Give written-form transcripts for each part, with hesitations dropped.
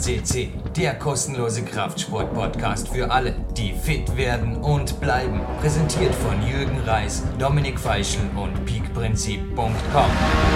FCC, der kostenlose Kraftsport-Podcast für alle, die fit werden und bleiben. Präsentiert von Jürgen Reis, Dominik Feischl und peakprinzip.com.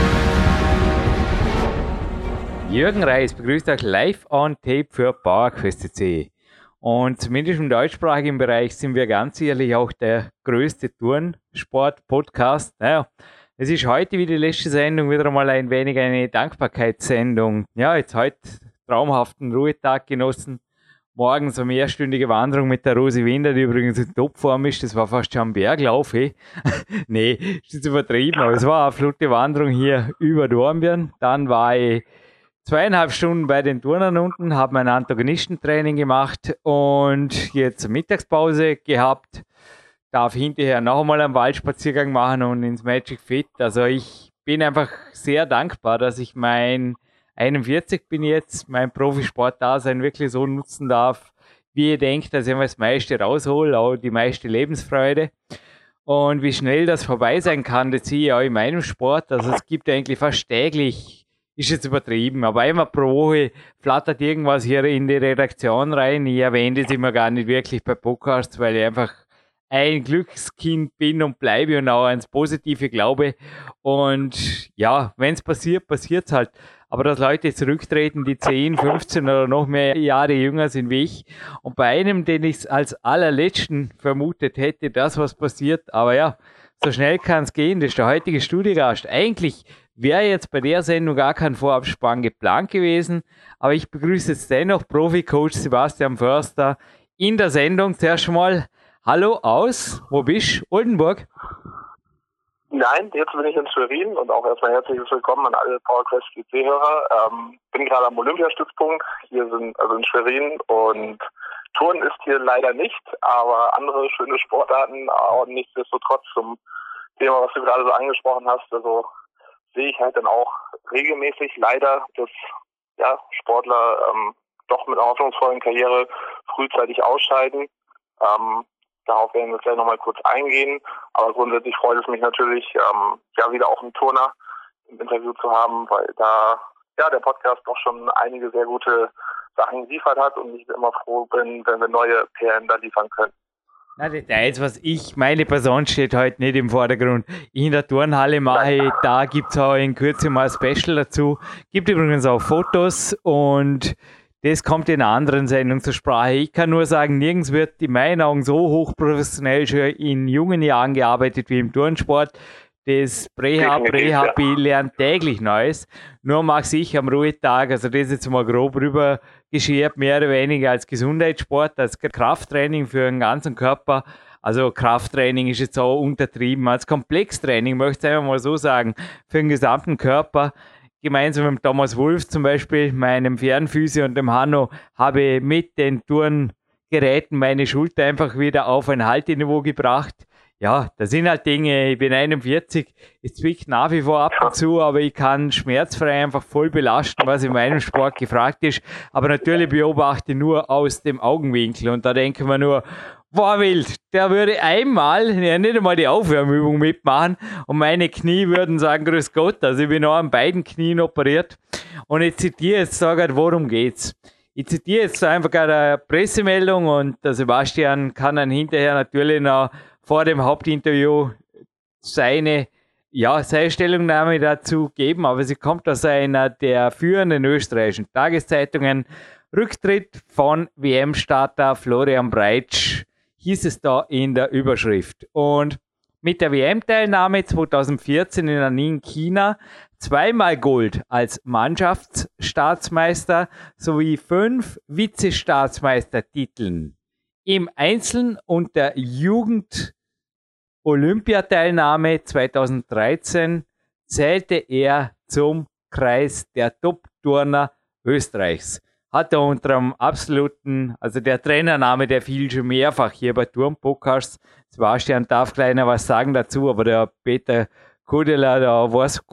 Jürgen Reis begrüßt euch live on tape für PowerQuest.de. Und zumindest im deutschsprachigen Bereich sind wir ganz sicherlich auch der größte Turnsport-Podcast. Naja, es ist heute wie die letzte Sendung wieder einmal ein wenig eine Dankbarkeitssendung. Ja, jetzt heute traumhaften Ruhetag genossen. Morgens eine mehrstündige Wanderung mit der Rosi Winder, die übrigens in Topform ist. Das war fast schon ein Berglauf. Nee, das ist übertrieben, aber es war eine flotte Wanderung hier über Dornbirn. Dann war ich 2,5 Stunden bei den Turnern unten, habe mein Antagonistentraining gemacht und jetzt eine Mittagspause gehabt. Darf hinterher noch einmal einen Waldspaziergang machen und ins Magic Fit. Also ich bin einfach sehr dankbar, dass ich mein 41 bin jetzt, mein Profisportdasein wirklich so nutzen darf, wie ihr denkt, dass ich mir das meiste raushole, auch die meiste Lebensfreude. Und wie schnell das vorbei sein kann, das sehe ich auch in meinem Sport. Also es gibt eigentlich fast täglich, ist jetzt übertrieben, aber einmal pro Woche flattert irgendwas hier in die Redaktion rein. Ich erwähne das immer gar nicht wirklich bei Podcasts, weil ich einfach ein Glückskind bin und bleibe und auch ans Positive glaube. Und ja, wenn es passiert, passiert es halt. Aber dass Leute zurücktreten, die 10, 15 oder noch mehr Jahre jünger sind wie ich. Und bei einem, den ich als allerletzten vermutet hätte, das was passiert. Aber ja, so schnell kann es gehen. Das ist der heutige Studiogast. Eigentlich wäre jetzt bei der Sendung gar kein Vorabspann geplant gewesen. Aber ich begrüße jetzt dennoch Profi-Coach Sebastian Förster in der Sendung. Zuerst mal hallo aus, wo bist du? Oldenburg? Nein, jetzt bin ich in Schwerin und auch erstmal herzliches Willkommen an alle PowerQuest.de-Hörer. Bin gerade am Olympiastützpunkt, hier sind also in Schwerin und Turnen ist hier leider nicht, aber andere schöne Sportarten, auch nichtsdestotrotz zum Thema, was du gerade so angesprochen hast, also sehe ich halt dann auch regelmäßig leider, dass Sportler doch mit einer hoffnungsvollen Karriere frühzeitig ausscheiden. Darauf werden wir gleich nochmal kurz eingehen. Aber grundsätzlich freut es mich natürlich, wieder auch einen Turner im Interview zu haben, weil da der Podcast doch schon einige sehr gute Sachen geliefert hat und ich immer froh bin, wenn wir neue PN da liefern können. Na, Details, meine Person steht heute nicht im Vordergrund. Ich in der Turnhalle mache, da gibt es auch in Kürze mal ein Special dazu. Gibt übrigens auch Fotos und das kommt in einer anderen Sendung zur Sprache. Ich kann nur sagen, nirgends wird in meinen Augen so hochprofessionell schon in jungen Jahren gearbeitet wie im Turnsport. Das Prähab lernt täglich Neues. Nur mache ich am Ruhetag, also das jetzt mal grob rübergeschert, mehr oder weniger als Gesundheitssport, als Krafttraining für den ganzen Körper. Also Krafttraining ist jetzt auch untertrieben. Als Komplextraining möchte ich einfach mal so sagen, für den gesamten Körper. Gemeinsam mit Thomas Wolf zum Beispiel, meinem Fernphysio und dem Hanno, habe ich mit den Turngeräten meine Schulter einfach wieder auf ein Halteniveau gebracht. Ja, das sind halt Dinge, ich bin 41, es zwickt nach wie vor ab und zu, aber ich kann schmerzfrei einfach voll belasten, was in meinem Sport gefragt ist. Aber natürlich beobachte ich nur aus dem Augenwinkel und da denken wir nur, war wild, der würde einmal, nicht einmal die Aufwärmübung mitmachen und meine Knie würden sagen, grüß Gott, also ich bin auch an beiden Knien operiert und ich zitiere jetzt, sage, worum geht's? Ich zitiere jetzt einfach eine Pressemeldung und der Sebastian kann dann hinterher natürlich noch vor dem Hauptinterview seine Stellungnahme dazu geben, aber sie kommt aus einer der führenden österreichischen Tageszeitungen. Rücktritt von WM-Starter Florian Breitsch, hieß es da in der Überschrift. Und mit der WM-Teilnahme 2014 in Nanjing, China, 2-mal Gold als Mannschaftsstaatsmeister sowie 5 Vizestaatsmeistertiteln im Einzelnen und der Jugend-Olympiateilnahme 2013 zählte er zum Kreis der Top-Turner Österreichs. Hat er unter einem absoluten, also der Trainername, der fiel schon mehrfach hier bei Turm-Podcasts. Sebastian darf gleich noch was sagen dazu, aber der Peter Kudela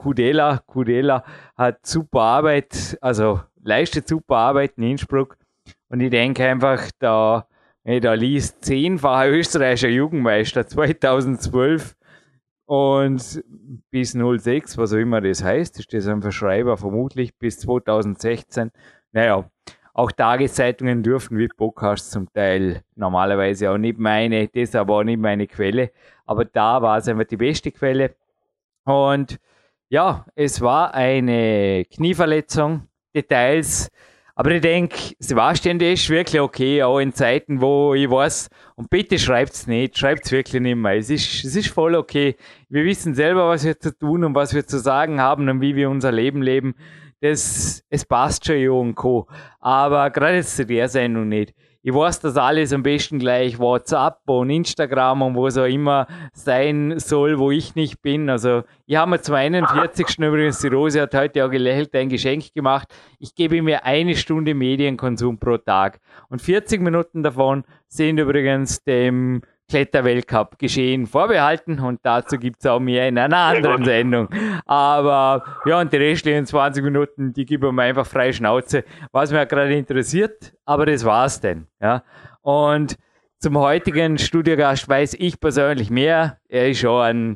hat super Arbeit, also leistet super Arbeit in Innsbruck. Und ich denke einfach, da liest 10-facher österreichischer Jugendmeister 2012 und bis 06, was auch immer das heißt, ist das ein Verschreiber vermutlich bis 2016. Naja, auch Tageszeitungen dürfen wie Podcasts zum Teil normalerweise auch nicht meine, das aber auch nicht meine Quelle. Aber da war es einfach die beste Quelle. Und ja, es war eine Knieverletzung, Details. Aber ich denke, Sebastian, das ist wirklich okay, auch in Zeiten, wo ich weiß, und bitte schreibt es nicht, schreibt es wirklich nicht mehr. Es ist voll okay. Wir wissen selber, was wir zu tun und was wir zu sagen haben und wie wir unser Leben leben. Es passt schon, Jo und Co. Aber gerade jetzt zu der Sendung nicht. Ich weiß, dass alles am besten gleich WhatsApp und Instagram und wo es auch immer sein soll, wo ich nicht bin. Also ich habe mir zum 41. übrigens, die Rose hat heute auch gelächelt, ein Geschenk gemacht. Ich gebe mir 1 Stunde Medienkonsum pro Tag. Und 40 Minuten davon sind übrigens dem Kletterweltcup geschehen vorbehalten und dazu gibt es auch mehr in einer anderen Sendung. Aber ja, und die restlichen 20 Minuten, die geben wir einfach freie Schnauze, was mich gerade interessiert, aber das war's denn. Ja. Und zum heutigen Studiogast weiß ich persönlich mehr. Er ist schon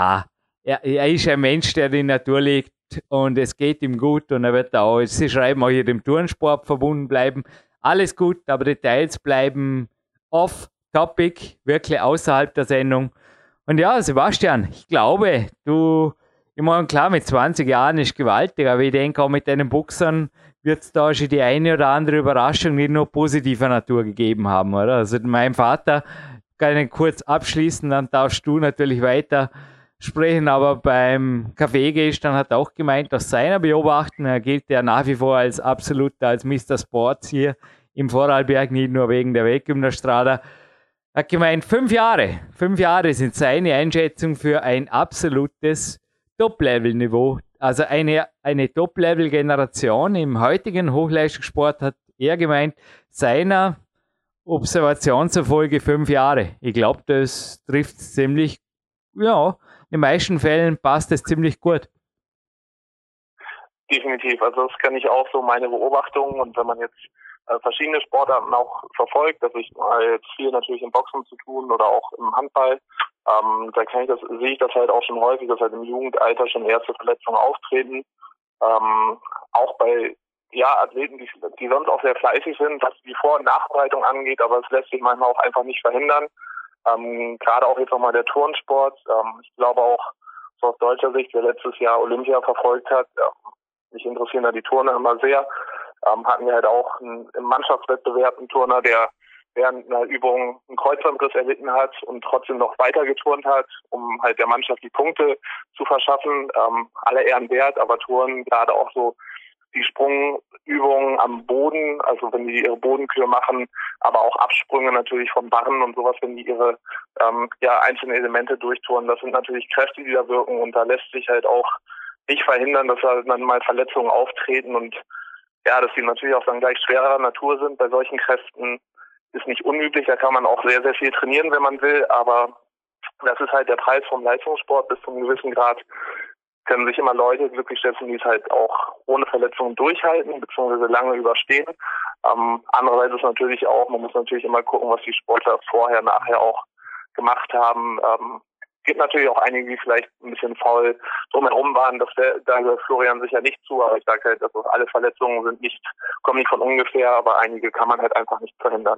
er ist ein Mensch, der in die Natur liegt und es geht ihm gut und er wird auch, Sie schreiben auch hier dem Turnsport verbunden bleiben. Alles gut, aber Details bleiben off Topic, wirklich außerhalb der Sendung. Und ja, Sebastian, ich glaube, ich meine, klar, mit 20 Jahren ist gewaltig, aber ich denke auch mit deinen Boxern wird es da schon die eine oder andere Überraschung nicht nur positiver Natur gegeben haben, oder? Also mein Vater, kann ich kurz abschließen, dann darfst du natürlich weiter sprechen, aber beim Kaffeegestern hat er auch gemeint, aus seiner Beobachtung, er gilt ja nach wie vor als Mr. Sports hier im Vorarlberg, nicht nur wegen der Weltgymnastrada. Er hat gemeint, 5 Jahre. 5 Jahre sind seine Einschätzung für ein absolutes Top-Level-Niveau. Also eine Top-Level-Generation im heutigen Hochleistungssport, hat er gemeint, seiner Observation zufolge 5 Jahre. Ich glaube, das trifft ziemlich, ja, in den meisten Fällen passt es ziemlich gut. Definitiv, also das kann ich auch so meine Beobachtungen, und wenn man jetzt verschiedene Sportarten auch verfolgt, also ich habe jetzt viel natürlich im Boxen zu tun oder auch im Handball, da sehe ich das halt auch schon häufig, dass halt im Jugendalter schon erste Verletzungen auftreten, auch bei Athleten, die sonst auch sehr fleißig sind, was die Vor- und Nachbereitung angeht, aber es lässt sich manchmal auch einfach nicht verhindern. Gerade auch jetzt nochmal der Turnsport, ich glaube auch so aus deutscher Sicht, wer letztes Jahr Olympia verfolgt hat, mich interessieren da die Turner immer sehr. Hatten wir halt auch im Mannschaftswettbewerb einen Turner, der während einer Übung einen Kreuzbandriss erlitten hat und trotzdem noch weiter geturnt hat, um halt der Mannschaft die Punkte zu verschaffen. Alle Ehren wert, aber Turnen, gerade auch so die Sprungübungen am Boden, also wenn die ihre Bodenkür machen, aber auch Absprünge natürlich vom Barren und sowas, wenn die ihre einzelnen Elemente durchturnen, das sind natürlich Kräfte, die da wirken, und da lässt sich halt auch nicht verhindern, dass halt dann mal Verletzungen auftreten, und ja, dass die natürlich auch dann gleich schwerer Natur sind. Bei solchen Kräften ist nicht unüblich, da kann man auch sehr, sehr viel trainieren, wenn man will, aber das ist halt der Preis vom Leistungssport. Bis zu einem gewissen Grad können sich immer Leute glücklich schätzen, die es halt auch ohne Verletzungen durchhalten, beziehungsweise lange überstehen. Andererseits ist natürlich auch, man muss natürlich immer gucken, was die Sportler vorher, nachher auch gemacht haben. Gibt natürlich auch einige, die vielleicht ein bisschen faul drumherum waren. Da gehört Florian sicher nicht zu, aber ich sage halt, dass alle Verletzungen kommen nicht von ungefähr, aber einige kann man halt einfach nicht verhindern.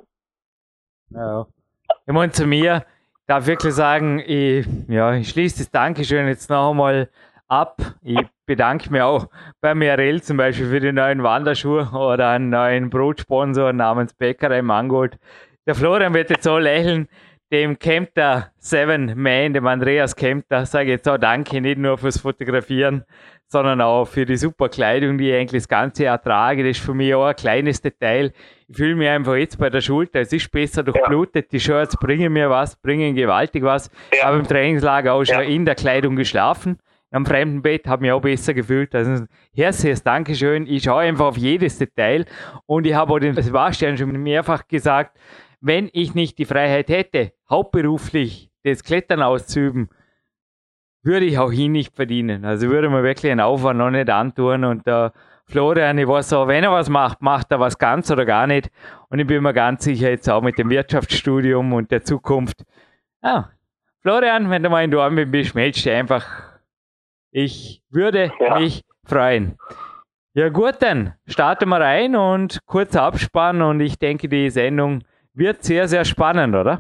Ja. Ich meine, zu mir darf wirklich sagen, ich schließe das Dankeschön jetzt noch einmal ab. Ich bedanke mich auch bei Merell zum Beispiel für die neuen Wanderschuhe oder einen neuen Brotsponsor namens Bäckerei Mangold. Der Florian wird jetzt so lächeln. Dem Kempter 7 Man, dem Andreas Kempter, sage ich jetzt auch danke, nicht nur fürs Fotografieren, sondern auch für die super Kleidung, die ich eigentlich das ganze Jahr trage. Das ist für mich auch ein kleines Detail. Ich fühle mich einfach jetzt bei der Schulter, es ist besser durchblutet, die Shirts bringen mir was, bringen gewaltig was. Ich habe im Trainingslager auch schon in der Kleidung geschlafen. Am fremden Bett habe mich auch besser gefühlt. Also herzliches Dankeschön. Ich schaue einfach auf jedes Detail, und ich habe auch den Sebastian schon mehrfach gesagt, wenn ich nicht die Freiheit hätte, hauptberuflich das Klettern auszuüben, würde ich auch ihn nicht verdienen. Also würde man wirklich einen Aufwand noch nicht antun. Und der Florian, ich weiß auch, wenn er was macht, macht er was ganz oder gar nicht. Und ich bin mir ganz sicher, jetzt auch mit dem Wirtschaftsstudium und der Zukunft. Florian, wenn du mal in Dortmund bist, meldest du einfach. Ich würde mich freuen. Ja gut, dann starten wir rein und kurz Abspann und ich denke, die Sendung wird sehr, sehr spannend, oder?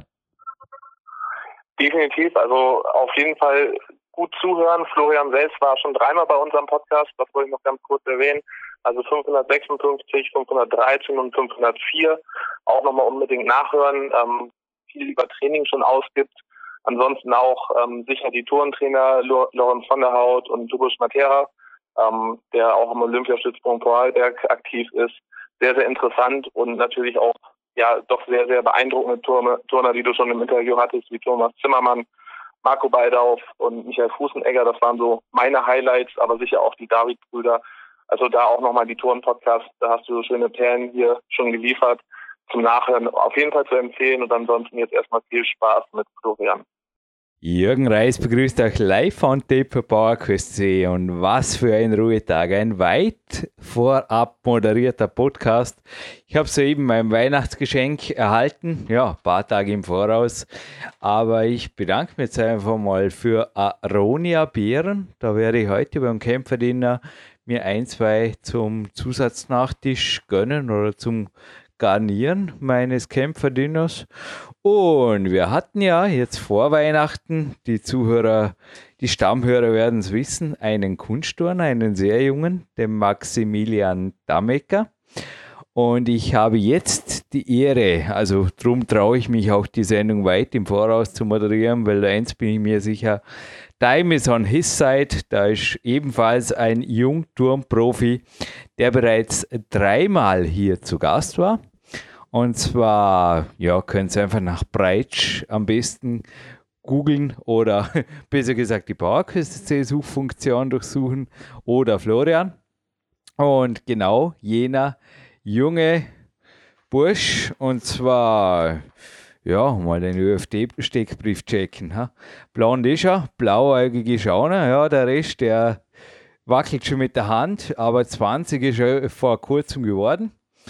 Definitiv, also auf jeden Fall gut zuhören. Florian selbst war schon 3-mal bei unserem Podcast, das wollte ich noch ganz kurz erwähnen. Also 556, 513 und 504. Auch nochmal unbedingt nachhören, viel über Training schon ausgibt. Ansonsten auch sicher die Tourentrainer Lorenz von der Haut und Dubusch Matera, der auch am Olympiastützpunkt Vorarlberg aktiv ist. Sehr, sehr interessant und natürlich auch ja doch sehr, sehr beeindruckende Turner, die du schon im Interview hattest, wie Thomas Zimmermann, Marco Baldauf und Michael Fußenegger. Das waren so meine Highlights, aber sicher auch die David-Brüder. Also da auch nochmal die Touren-Podcasts, da hast du so schöne Perlen hier schon geliefert zum Nachhören. Auf jeden Fall zu empfehlen und ansonsten jetzt erstmal viel Spaß mit Florian. Jürgen Reis begrüßt euch live von Tape für PowerQuest.de und was für ein Ruhetag, ein weit vorab moderierter Podcast. Ich habe soeben mein Weihnachtsgeschenk erhalten, ja, ein paar Tage im Voraus, aber ich bedanke mich jetzt einfach mal für Aronia Beeren. Da werde ich heute beim Kämpferdiener mir 1-2 zum Zusatznachtisch gönnen oder zum Garnieren meines Kämpferdinners. Und wir hatten ja jetzt vor Weihnachten, die Zuhörer, die Stammhörer werden es wissen, einen Kunstturner, einen sehr jungen, den Maximilian Damecker. Und ich habe jetzt die Ehre, also darum traue ich mich auch die Sendung weit im Voraus zu moderieren, weil eins bin ich mir sicher, Time is on his side. Da ist ebenfalls ein Jungturmprofi, der bereits 3-mal hier zu Gast war. Und zwar, ja, könnt ihr einfach nach Breitsch am besten googeln oder besser gesagt die PowerQuest.de-Suchfunktion durchsuchen oder Florian. Und genau jener junge Bursch, und zwar, ja, mal den ÖFD-Steckbrief checken. Ha? Blond ist er, blauäugig ist er auch noch, ja, der Rest, der wackelt schon mit der Hand, aber 20 ist er vor kurzem geworden.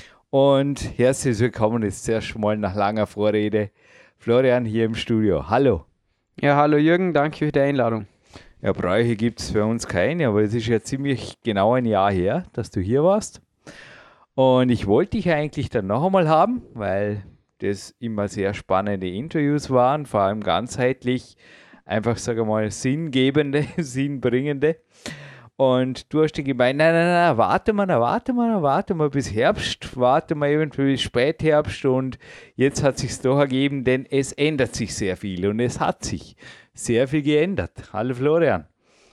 Und herzlich willkommen jetzt zuerst mal nach langer Vorrede, Florian hier im Studio. Hallo. Ja, hallo Jürgen, danke für die Einladung. Ja, Bräuche gibt es bei uns keine, aber es ist ja ziemlich genau ein Jahr her, dass du hier warst. Und ich wollte dich eigentlich dann noch einmal haben, weil das immer sehr spannende Interviews waren, vor allem ganzheitlich, einfach, sage ich mal, sinngebende, sinnbringende. Und du hast dir gemeint, nein, warte mal bis Herbst, warte mal eventuell bis Spätherbst und jetzt hat sich's doch ergeben, denn es ändert sich sehr viel und es hat sich sehr viel geändert. Hallo Florian.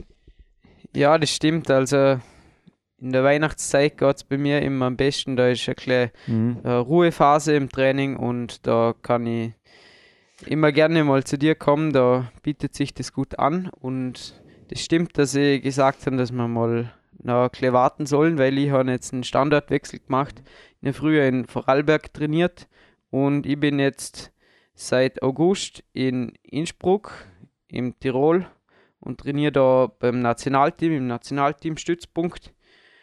Ja, das stimmt, also in der Weihnachtszeit geht es bei mir immer am besten, da ist eine kleine Ruhephase im Training und da kann ich immer gerne mal zu dir kommen, da bietet sich das gut an und das stimmt, dass ich gesagt habe, dass wir mal noch ein bisschen warten sollen, weil ich habe jetzt einen Standortwechsel gemacht. Ich habe früher in Vorarlberg trainiert und ich bin jetzt seit August in Innsbruck im Tirol und trainiere da beim Nationalteam, im Nationalteam-Stützpunkt.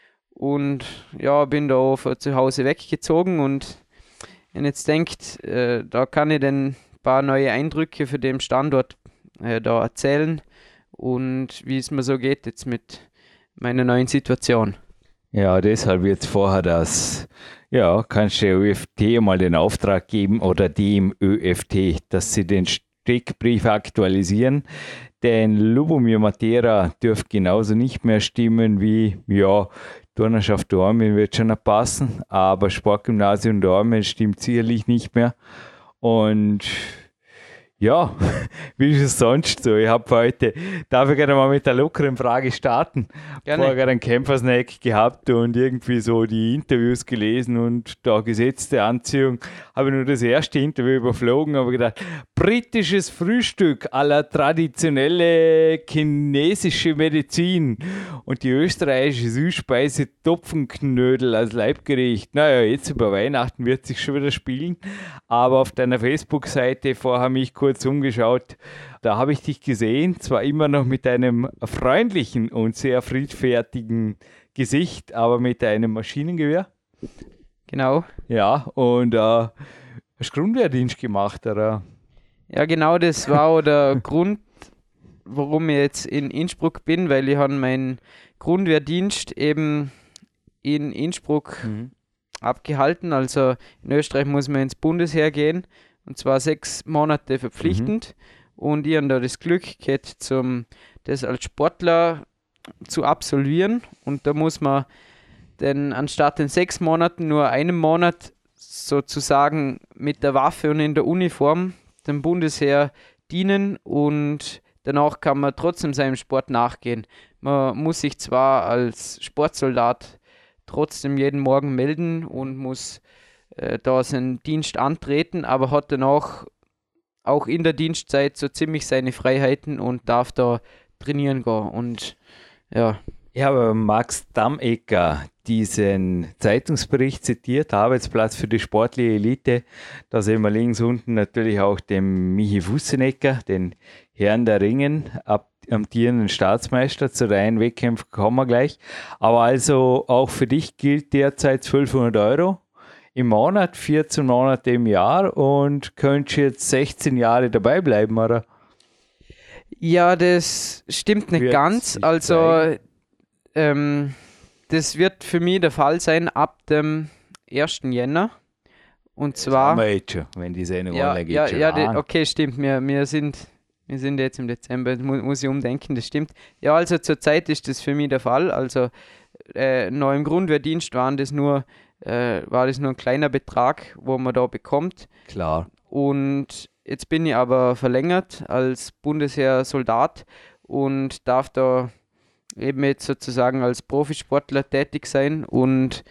Und ja, bin da von zu Hause weggezogen und wenn jetzt denkt, da kann ich dann ein paar neue Eindrücke für den Standort da erzählen und wie es mir so geht jetzt mit meiner neuen Situation. Ja, deshalb jetzt vorher ja, kannst du der ÖFT mal den Auftrag geben oder dem ÖFT, dass sie den Steckbrief aktualisieren, denn Lubomir Matera dürfte genauso nicht mehr stimmen wie, ja, Turnerschaft Dormen wird schon noch passen, aber Sportgymnasium Dormen stimmt sicherlich nicht mehr. Und ja, wie ist es sonst so? Ich habe heute, darf ich gerne mal mit der lockeren Frage starten? Gerne. Vorher einen Kämpfersnack gehabt und irgendwie so die Interviews gelesen und da gesetzte Anziehung. Habe nur das erste Interview überflogen, aber gedacht, britisches Frühstück à la traditionelle chinesische Medizin und die österreichische Süßspeise Topfenknödel als Leibgericht. Naja, jetzt über Weihnachten wird sich schon wieder spielen, aber auf deiner Facebook-Seite vorher mich kurz umgeschaut, da habe ich dich gesehen, zwar immer noch mit einem freundlichen und sehr friedfertigen Gesicht, aber mit einem Maschinengewehr. Genau. Ja, und hast Grundwehrdienst gemacht, oder? Ja, genau, das war auch der Grund, warum ich jetzt in Innsbruck bin, weil ich habe meinen Grundwehrdienst eben in Innsbruck abgehalten. Also in Österreich muss man ins Bundesheer gehen, und zwar 6 Monate verpflichtend. Und ich habe da das Glück gehabt, das als Sportler zu absolvieren. Und da muss man denn anstatt den 6 Monaten nur einen Monat sozusagen mit der Waffe und in der Uniform dem Bundesheer dienen, und danach kann man trotzdem seinem Sport nachgehen. Man muss sich zwar als Sportsoldat trotzdem jeden Morgen melden und muss da seinen Dienst antreten, aber hat danach auch in der Dienstzeit so ziemlich seine Freiheiten und darf da trainieren gehen. Und ja. Ich habe Max Dammecker diesen Zeitungsbericht zitiert, Arbeitsplatz für die sportliche Elite. Da sehen wir links unten natürlich auch den Michi Fussenecker, den Herrn der Ringen, amtierenden Staatsmeister. Zu reinen Wettkämpfen kommen wir gleich. Aber also auch für dich gilt derzeit 1200 Euro im Monat, 14 Monate im Jahr, und könntest jetzt 16 Jahre dabei bleiben, oder? Ja, das stimmt nicht ganz. Also das wird für mich der Fall sein ab dem 1. Jänner. Und zwar. Das haben wir jetzt schon, wenn die Sendung online geht. Okay, stimmt. Wir sind jetzt im Dezember, muss ich umdenken, das stimmt. Ja, also zurzeit ist das für mich der Fall. Also noch im Grundwehrdienst war das nur ein kleiner Betrag, wo man da bekommt. Klar. Und jetzt bin ich aber verlängert als Bundesheer-Soldat und darf da eben jetzt sozusagen als Profisportler tätig sein, und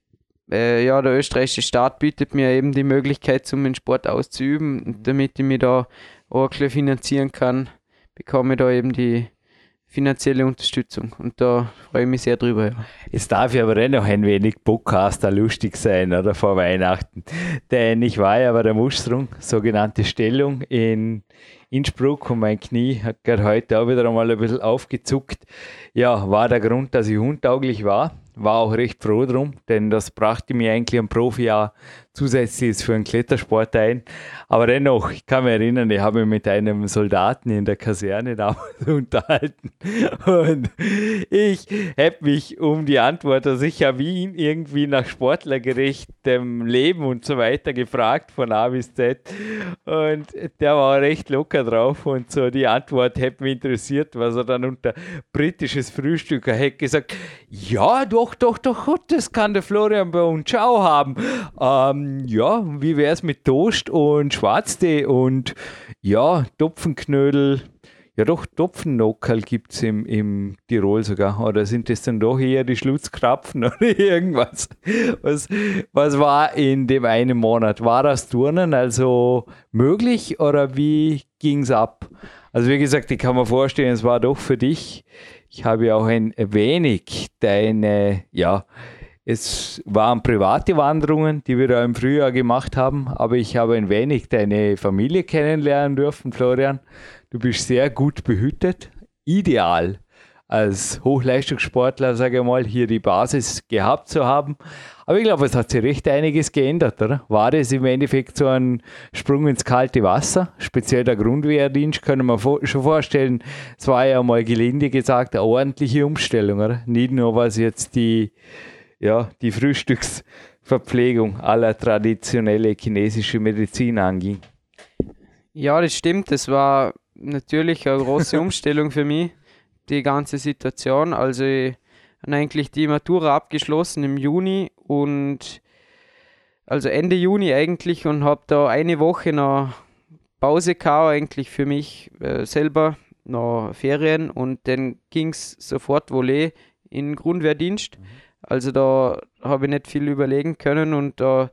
der österreichische Staat bietet mir eben die Möglichkeit, den Sport auszuüben, und damit ich mich da auch ein bisschen finanzieren kann, bekomme ich da eben die finanzielle Unterstützung, und da freue ich mich sehr drüber. Ja. Es darf ja aber noch ein wenig Podcaster lustig sein, oder, vor Weihnachten, denn ich war ja bei der Musterung, sogenannte Stellung in Innsbruck, und mein Knie hat gerade heute auch wieder einmal ein bisschen aufgezuckt. Ja, war der Grund, dass ich untauglich war. War auch recht froh drum, denn das brachte mir eigentlich ein Profijahr zusätzliches für einen Klettersport ein. Aber dennoch, ich kann mich erinnern, ich habe mich mit einem Soldaten in der Kaserne damals unterhalten, und ich habe mich um die Antwort, also ich habe ihn irgendwie nach sportlergerechtem Leben und so weiter gefragt, von A bis Z, und der war recht locker drauf, und so die Antwort hätte mich interessiert, was er dann unter britisches Frühstück hätte gesagt, ja, doch, das kann der Florian bei uns auch haben. Ja, wie wäre es mit Toast und Schwarztee und ja, Topfenknödel. Ja doch, Topfennockerl gibt es im Tirol sogar. Oder sind das dann doch eher die Schlutzkrapfen oder irgendwas? Was war in dem einen Monat? War das Turnen also möglich oder wie ging es ab? Also wie gesagt, ich kann mir vorstellen, es war doch für dich. Ich habe ja auch ein wenig es waren private Wanderungen, die wir da im Frühjahr gemacht haben, aber ich habe ein wenig deine Familie kennenlernen dürfen, Florian. Du bist sehr gut behütet, ideal als Hochleistungssportler, sage ich mal, hier die Basis gehabt zu haben. Aber ich glaube, es hat sich recht einiges geändert, oder? War das im Endeffekt so ein Sprung ins kalte Wasser? Speziell der Grundwehrdienst, können wir schon vorstellen, es war ja mal gelinde gesagt eine ordentliche Umstellung, oder? Nicht nur was jetzt die Frühstücksverpflegung aller traditionelle chinesische Medizin anging. Ja, das stimmt. Das war natürlich eine große Umstellung für mich, die ganze Situation. Also ich habe eigentlich die Matura abgeschlossen im Juni, und also Ende Juni eigentlich, und habe da eine Woche noch Pause gehabt, eigentlich für mich selber, noch Ferien, und dann ging es sofort in den Grundwehrdienst. Also da habe ich nicht viel überlegen können, und da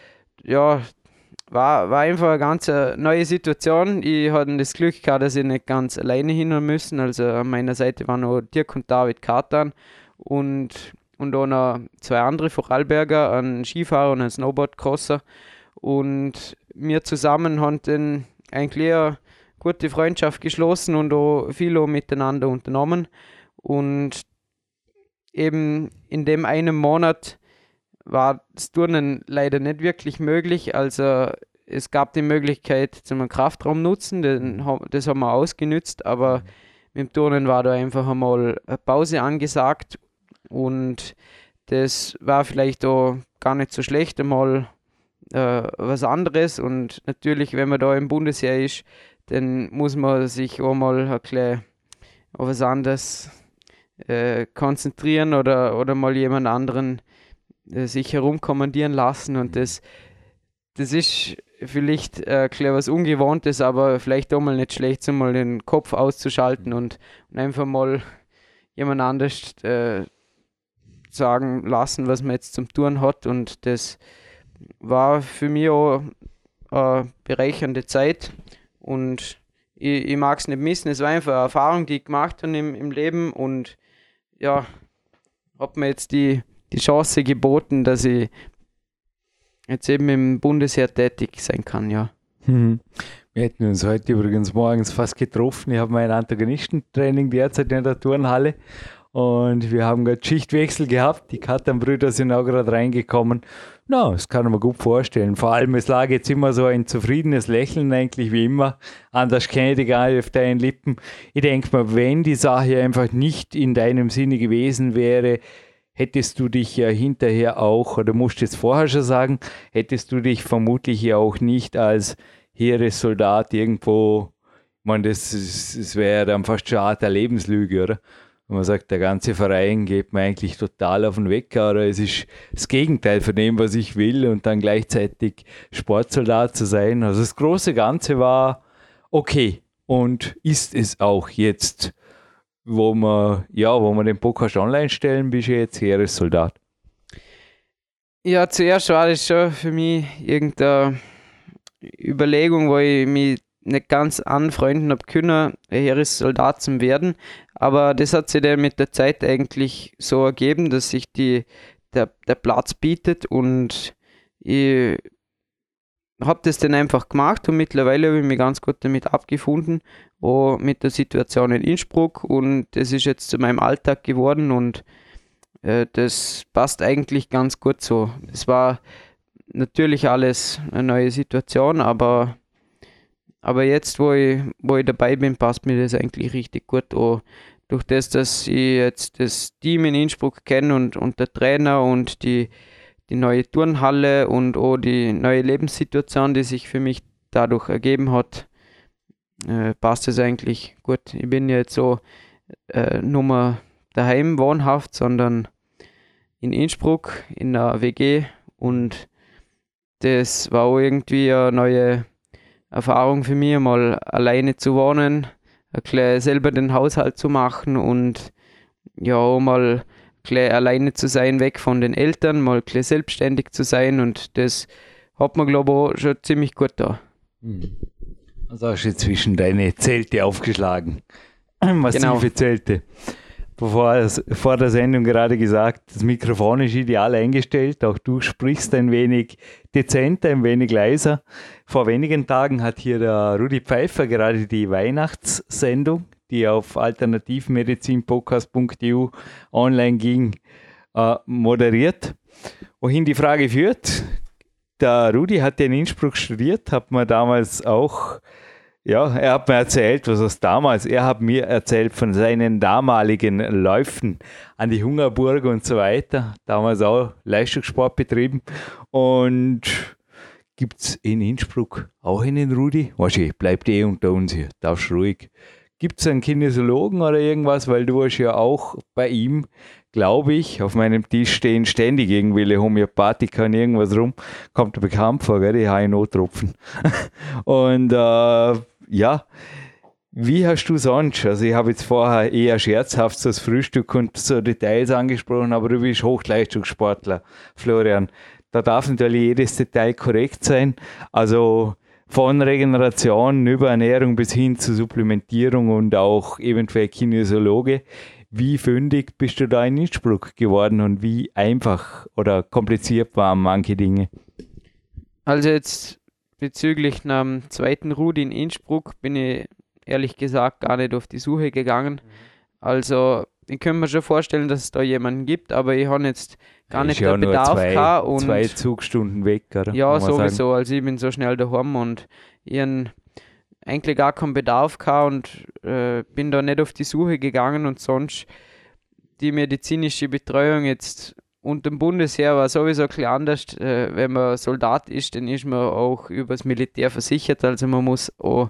war einfach eine ganz neue Situation. Ich hatte das Glück gehabt, dass ich nicht ganz alleine hin müssen. Also an meiner Seite waren noch Dirk und David Katan und auch noch 2 andere Vorarlberger, ein Skifahrer und ein Snowboardcrosser. Und wir zusammen haben dann eigentlich eine gute Freundschaft geschlossen und auch viel miteinander unternommen. Und eben in dem einen Monat war das Turnen leider nicht wirklich möglich. Also es gab die Möglichkeit zum Kraftraum nutzen, das haben wir ausgenützt, aber mit dem Turnen war da einfach einmal eine Pause angesagt, und das war vielleicht auch gar nicht so schlecht, einmal was anderes. Und natürlich, wenn man da im Bundesheer ist, dann muss man sich auch mal ein bisschen auf was anderes konzentrieren oder mal jemand anderen sich herumkommandieren lassen. Und das ist vielleicht was Ungewohntes, aber vielleicht auch mal nicht schlecht, so mal den Kopf auszuschalten und einfach mal jemand anders sagen lassen, was man jetzt zum Tun hat. Und das war für mich auch eine bereichernde Zeit und ich mag es nicht missen. Es war einfach eine Erfahrung, die ich gemacht habe im Leben, und ja, habe mir jetzt die Chance geboten, dass ich jetzt eben im Bundesheer tätig sein kann, ja. Wir hätten uns heute übrigens morgens fast getroffen. Ich habe mein Antagonistentraining derzeit in der Turnhalle und wir haben gerade Schichtwechsel gehabt. Die Katternbrüder sind auch gerade reingekommen. Na, das kann man gut vorstellen. Vor allem, es lag jetzt immer so ein zufriedenes Lächeln eigentlich wie immer. Anders kenne ich die gar nicht auf deinen Lippen. Ich denke mal, wenn die Sache einfach nicht in deinem Sinne gewesen wäre, hättest du dich ja hinterher auch, oder musst du jetzt vorher schon sagen, hättest du dich vermutlich ja auch nicht als Heeressoldat irgendwo, ich meine, das wäre ja dann fast schon eine Art der Lebenslüge, oder? Wenn man sagt, der ganze Verein geht mir eigentlich total auf den Wecker, oder es ist das Gegenteil von dem, was ich will, und dann gleichzeitig Sportsoldat zu sein. Also das große Ganze war okay und ist es auch jetzt, wo wir den Podcast online stellen, bist du jetzt Heeressoldat? Ja, zuerst war das schon für mich irgendeine Überlegung, wo ich mich nicht ganz anfreunden habe können, ein Heeressoldat zu werden. Aber das hat sich dann mit der Zeit eigentlich so ergeben, dass sich der Platz bietet, und ich habe das dann einfach gemacht, und mittlerweile habe ich mich ganz gut damit abgefunden, auch mit der Situation in Innsbruck, und das ist jetzt zu meinem Alltag geworden, und das passt eigentlich ganz gut so. Es war natürlich alles eine neue Situation, aber jetzt, wo ich dabei bin, passt mir das eigentlich richtig gut. Auch durch das, dass ich jetzt das Team in Innsbruck kenne und der Trainer und die neue Turnhalle und auch die neue Lebenssituation, die sich für mich dadurch ergeben hat, passt es eigentlich gut. Ich bin ja jetzt so nur mehr daheim wohnhaft, sondern in Innsbruck in der WG, und das war auch irgendwie eine neue Erfahrung für mich, mal alleine zu wohnen, selber den Haushalt zu machen und ja, auch mal alleine zu sein, weg von den Eltern, mal selbstständig zu sein, und das hat mir, glaube ich, auch schon ziemlich gut da. Also hast du jetzt zwischen deine Zelte aufgeschlagen. Massive Zelte. Vor der Sendung gerade gesagt, das Mikrofon ist ideal eingestellt, auch du sprichst ein wenig dezenter, ein wenig leiser. Vor wenigen Tagen hat hier der Rudi Pfeiffer gerade die Weihnachtssendung, die auf alternativmedizinpodcast.eu online ging, moderiert. Wohin die Frage führt, der Rudi hat ja in Innsbruck studiert, hat man damals auch. Ja, er hat mir erzählt, er hat mir erzählt von seinen damaligen Läufen an die Hungerburg und so weiter. Damals auch Leistungssport betrieben. Und gibt es in Innsbruck auch einen Rudi? Wahrscheinlich bleibt unter uns hier, darfst ruhig. Gibt es einen Kinesiologen oder irgendwas? Weil du hast ja auch bei ihm, glaube ich, auf meinem Tisch stehen ständig irgendwelche Homöopathika und irgendwas rum. Kommt dir bekannt vor, gell? Die HNO-Tropfen. Und ja, wie hast du sonst? Also ich habe jetzt vorher eher scherzhaft so das Frühstück und so Details angesprochen, aber du bist Hochleistungssportler, Florian. Da darf natürlich jedes Detail korrekt sein. Also von Regeneration über Ernährung bis hin zu Supplementierung und auch eventuell Kinesiologe. Wie fündig bist du da in Innsbruck geworden und wie einfach oder kompliziert waren manche Dinge? Also jetzt bezüglich einem zweiten Rudi in Innsbruck bin ich ehrlich gesagt gar nicht auf die Suche gegangen. Also ich könnte mir schon vorstellen, dass es da jemanden gibt, aber ich habe jetzt gar nicht den Bedarf gehabt. Und zwei Zugstunden weg, oder? Ja, sowieso. Also ich bin so schnell daheim und ich habe eigentlich gar keinen Bedarf gehabt und bin da nicht auf die Suche gegangen, und sonst die medizinische Betreuung jetzt und im Bundesheer war sowieso ein bisschen anders. Wenn man Soldat ist, dann ist man auch übers Militär versichert. Also man muss auch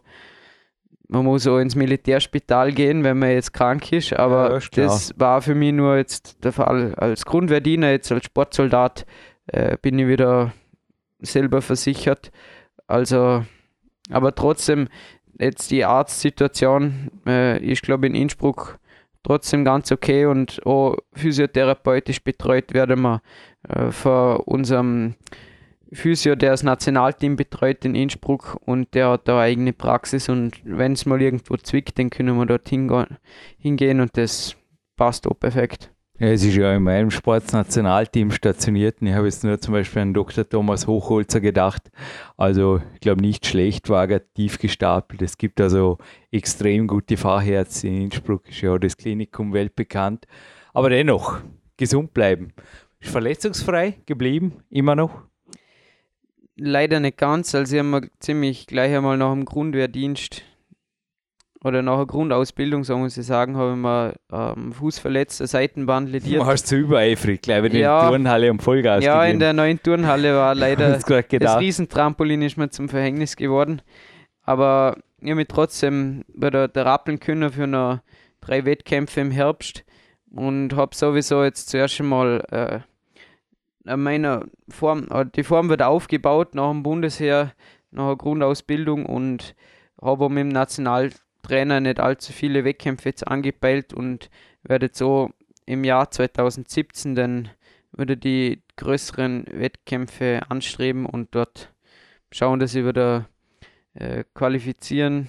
ins Militärspital gehen, wenn man jetzt krank ist. Aber das war für mich nur jetzt der Fall. Als Grundwehrdiener, jetzt als Sportsoldat, bin ich wieder selber versichert. Also, aber trotzdem, jetzt die Arztsituation ist, glaube ich, in Innsbruck trotzdem ganz okay und auch physiotherapeutisch betreut werden wir von unserem Physio, der das Nationalteam betreut in Innsbruck und der hat da eine eigene Praxis und wenn es mal irgendwo zwickt, dann können wir dort hingehen und das passt auch perfekt. Ja, es ist ja in meinem Sportsnationalteam stationiert und ich habe jetzt nur zum Beispiel an Dr. Thomas Hochholzer gedacht. Also ich glaube nicht schlecht, war tief gestapelt. Es gibt also extrem gute Fachärzte in Innsbruck, ist ja das Klinikum weltbekannt. Aber dennoch, gesund bleiben. Ist verletzungsfrei geblieben, immer noch? Leider nicht ganz, also ich habe mir ziemlich gleich einmal nach dem Grundwehrdienst oder nach der Grundausbildung, so muss ich sagen, habe ich mir am Fuß verletzt, eine Seitenband lediert. Du hast zu übereifrig, gleich in der Turnhalle um Vollgas gegeben. Ja, in der neuen Turnhalle war leider das Riesentrampolin ist mir zum Verhängnis geworden. Aber ich habe mich trotzdem wieder rappeln können für noch 3 Wettkämpfe im Herbst und habe sowieso jetzt zuerst einmal meiner Form, die Form wird aufgebaut nach dem Bundesheer, nach der Grundausbildung und habe mit dem Nationaltrainer nicht allzu viele Wettkämpfe jetzt angepeilt und werde so im Jahr 2017 dann wieder die größeren Wettkämpfe anstreben und dort schauen, dass ich wieder Qualifikationen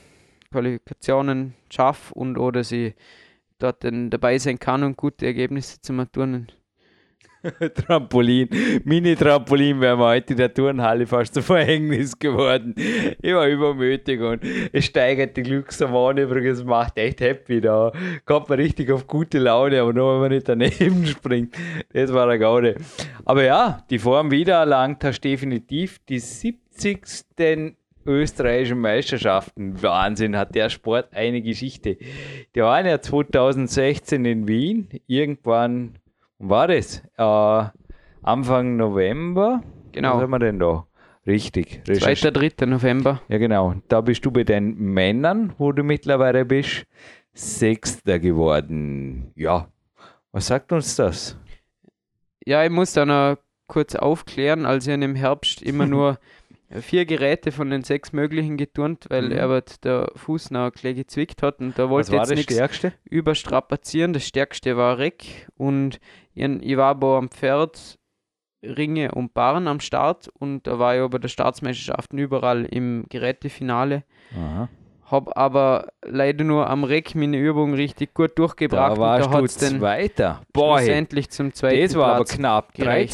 schaffe und oder dass ich dort dann dabei sein kann und gute Ergebnisse zu turnen. Trampolin, Mini-Trampolin wäre mir heute in der Turnhalle fast zum Verhängnis geworden. Ich war übermütig und es steigert die Glückshormone übrigens, macht echt happy da. Kommt man richtig auf gute Laune, aber nur wenn man nicht daneben springt. Das war eine Gaude. Aber ja, die Form wieder erlangt hast definitiv die 70. österreichischen Meisterschaften. Wahnsinn, hat der Sport eine Geschichte. Der war ja 2016 in Wien, irgendwann war das? Anfang November? Genau. Was haben wir denn da? Richtig. 2. 3. November. Ja, genau. Da bist du bei den Männern, wo du mittlerweile bist, 6. geworden. Ja, was sagt uns das? Ja, ich muss da noch kurz aufklären. Also ich habe im Herbst immer nur 4 Geräte von den 6 möglichen geturnt, weil Herbert der Fuß noch gleich gezwickt hat und da wollte jetzt nichts überstrapazieren. Das Stärkste war Reck und ich war aber am Pferd, Ringe und Barren am Start und da war ich bei der Staatsmeisterschaften überall im Gerätefinale. Aha. Habe aber leider nur am Reck meine Übung richtig gut durchgebracht. Da warst du Zweiter. Schlussendlich zum zweiten Das war Platz aber knapp.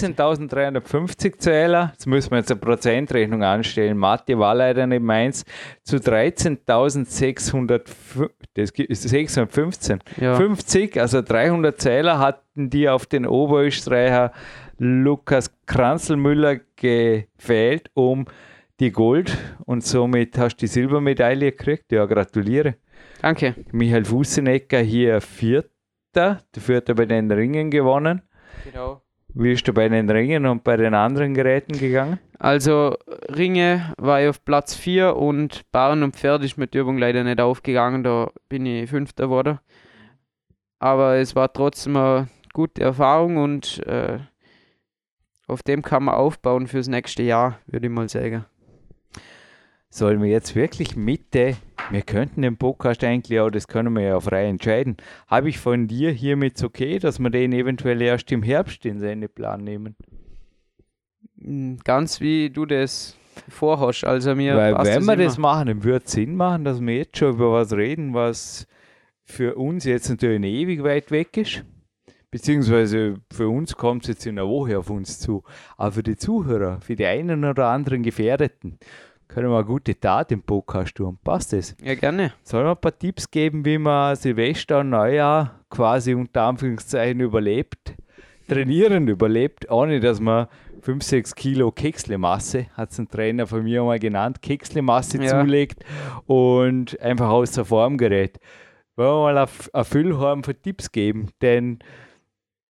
13.350 Zähler. Jetzt müssen wir jetzt eine Prozentrechnung anstellen. Mathe war leider nicht meins. Zu 13.615. Ja. 50, also 300 Zähler hatten die auf den Oberösterreicher Lukas Kranzelmüller gefehlt, um die Gold und somit hast du die Silbermedaille gekriegt. Ja, gratuliere. Danke. Michael Fussenecker hier 4. Dafür hat er bei den Ringen gewonnen. Genau. Wie ist du bei den Ringen und bei den anderen Geräten gegangen? Also Ringe war ich auf Platz 4 und Barren und Pferd ist mit der Übung leider nicht aufgegangen. Da bin ich 5. geworden. Aber es war trotzdem eine gute Erfahrung und auf dem kann man aufbauen fürs nächste Jahr, würde ich mal sagen. Sollen wir jetzt wirklich wir könnten den Podcast eigentlich auch, das können wir ja frei entscheiden. Habe ich von dir hiermit okay, dass wir den eventuell erst im Herbst in Sendeplan nehmen? Ganz wie du das vorhast. Also mir weil passt wenn das wir immer. das machen, dann würde es Sinn machen, dass wir jetzt schon über was reden, was für uns jetzt natürlich ewig weit weg ist. Beziehungsweise für uns kommt es jetzt in einer Woche auf uns zu. Aber für die Zuhörer, für die einen oder anderen Gefährdeten, können wir eine gute Tat im Podcast tun. Passt das? Ja, gerne. Sollen wir ein paar Tipps geben, wie man Silvester und Neujahr quasi unter Anführungszeichen trainierend überlebt, ohne dass man 5-6 Kilo Kekslemasse, hat es ein Trainer von mir mal genannt, Kekslemasse zulegt und einfach aus der Form gerät. Wollen wir mal ein Füllhorn für Tipps geben, denn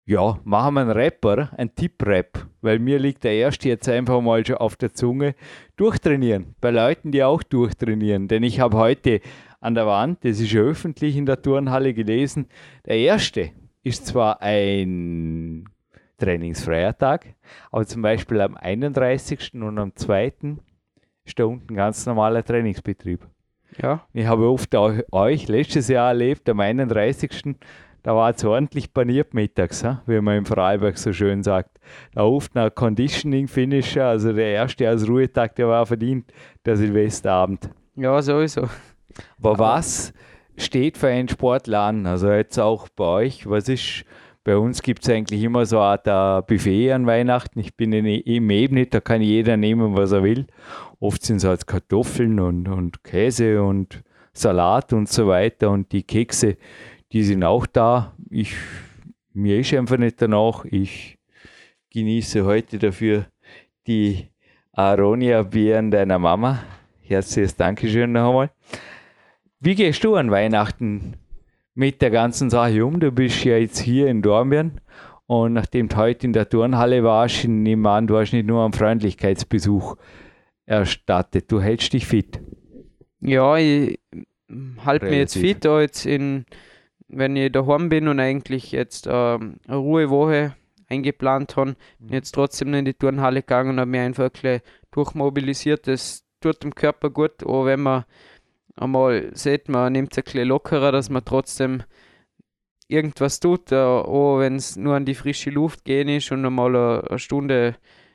Ja, machen wir einen Rapper, einen Tipp-Rap, weil mir liegt der erste jetzt einfach mal schon auf der Zunge. Durchtrainieren, bei Leuten, die auch durchtrainieren. Denn ich habe heute an der Wand, das ist ja öffentlich in der Turnhalle gelesen, der erste ist zwar ein trainingsfreier Tag, aber zum Beispiel am 31. und am 2. ist da unten ganz normaler Trainingsbetrieb. Ja. Ich habe oft auch euch letztes Jahr erlebt, am 31. Da war es ordentlich paniert mittags, wie man im Vorarlberg so schön sagt. Da oft ein Conditioning-Finisher, also der erste als Ruhetag, der war verdient, der Silvesterabend. Ja, sowieso. Aber was steht für einen Sportler an? Also jetzt auch bei euch, was ist, bei uns gibt es eigentlich immer so eine Art Buffet an Weihnachten. Ich bin im Ebnet, da kann jeder nehmen, was er will. Oft sind es halt Kartoffeln und Käse und Salat und so weiter und die Kekse, die sind auch da. Mir ist einfach nicht danach. Ich genieße heute dafür die Aronia-Beeren deiner Mama. Herzliches Dankeschön noch einmal. Wie gehst du an Weihnachten mit der ganzen Sache um? Du bist ja jetzt hier in Dornbirn und nachdem du heute in der Turnhalle warst, nehme an, du hast nicht nur einen Freundlichkeitsbesuch erstattet. Du hältst dich fit. Ja, ich halte mich jetzt fit, auch jetzt wenn ich daheim bin und eigentlich jetzt eine Ruhewoche eingeplant habe, bin jetzt trotzdem in die Turnhalle gegangen und habe mich einfach ein bisschen durchmobilisiert. Das tut dem Körper gut, auch wenn man einmal sieht, man nimmt es ein bisschen lockerer, dass man trotzdem irgendwas tut, auch wenn es nur an die frische Luft gehen ist und einmal eine Stunde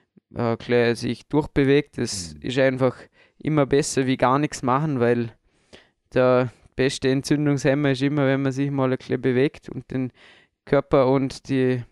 sich durchbewegt. Das ist einfach immer besser wie gar nichts machen, weil der beste Entzündungshemmer ist immer, wenn man sich mal ein bisschen bewegt und den Körper und den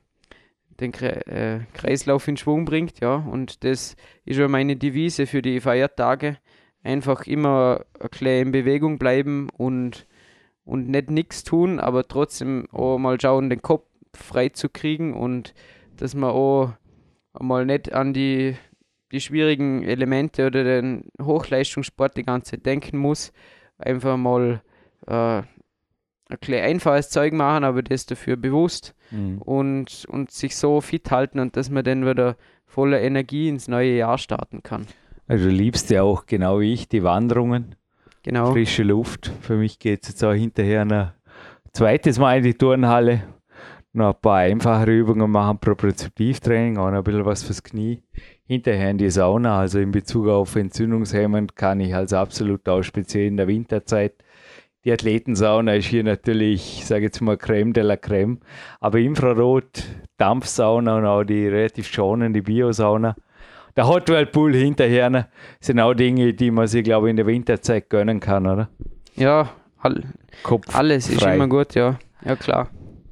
Kreislauf in Schwung bringt. Ja. Und das ist auch meine Devise für die Feiertage. Einfach immer ein bisschen in Bewegung bleiben und nicht nichts tun, aber trotzdem auch mal schauen, den Kopf frei zu kriegen und dass man auch mal nicht an die schwierigen Elemente oder den Hochleistungssport die ganze Zeit denken muss. Einfach mal ein bisschen einfaches Zeug machen, aber das dafür bewusst und sich so fit halten und dass man dann wieder voller Energie ins neue Jahr starten kann. Also du liebst ja auch, genau wie ich, die Wanderungen, Genau. Frische Luft. Für mich geht es jetzt auch hinterher ein zweites Mal in die Turnhalle, noch ein paar einfache Übungen machen, Propriozeptivtraining, auch noch ein bisschen was fürs Knie. Hinterher in die Sauna, also in Bezug auf entzündungshemmend kann ich also absolut auch speziell in der Winterzeit. Die Athletensauna ist hier natürlich, ich sage jetzt mal Crème de la Crème, aber Infrarot, Dampfsauna und auch die relativ schonende Biosauna. Der Hot Whirlpool hinterher sind auch Dinge, die man sich, glaube ich, in der Winterzeit gönnen kann, oder? Ja, alles ist frei. immer gut, ja. Ja, klar.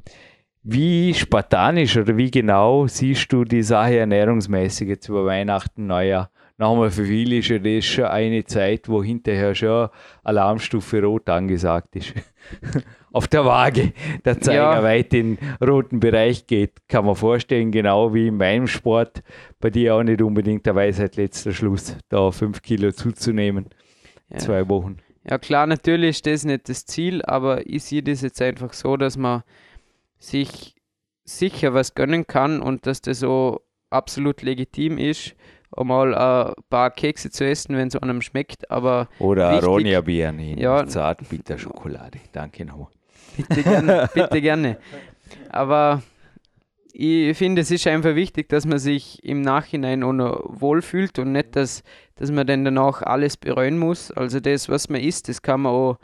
Wie spartanisch oder wie genau siehst du die Sache ernährungsmäßig jetzt über Weihnachten, Neujahr? Nochmal für viele ist ja das schon eine Zeit, wo hinterher schon Alarmstufe Rot angesagt ist. Auf der Waage der Zeiger weit in den roten Bereich geht, kann man vorstellen, genau wie in meinem Sport, bei dir auch nicht unbedingt der Weisheit letzter Schluss, da 5 Kilo zuzunehmen, 2 Wochen. Ja klar, natürlich ist das nicht das Ziel, aber ich sehe das jetzt einfach so, dass man sich sicher was gönnen kann und dass das so absolut legitim ist, mal ein paar Kekse zu essen, wenn es einem schmeckt, aber oder Aronia-Beeren in ja, Zartbitterschokolade. Danke nochmal. Bitte gerne. Aber ich finde, es ist einfach wichtig, dass man sich im Nachhinein auch noch wohlfühlt und nicht, dass man dann danach alles bereuen muss. Also das, was man isst, das kann man auch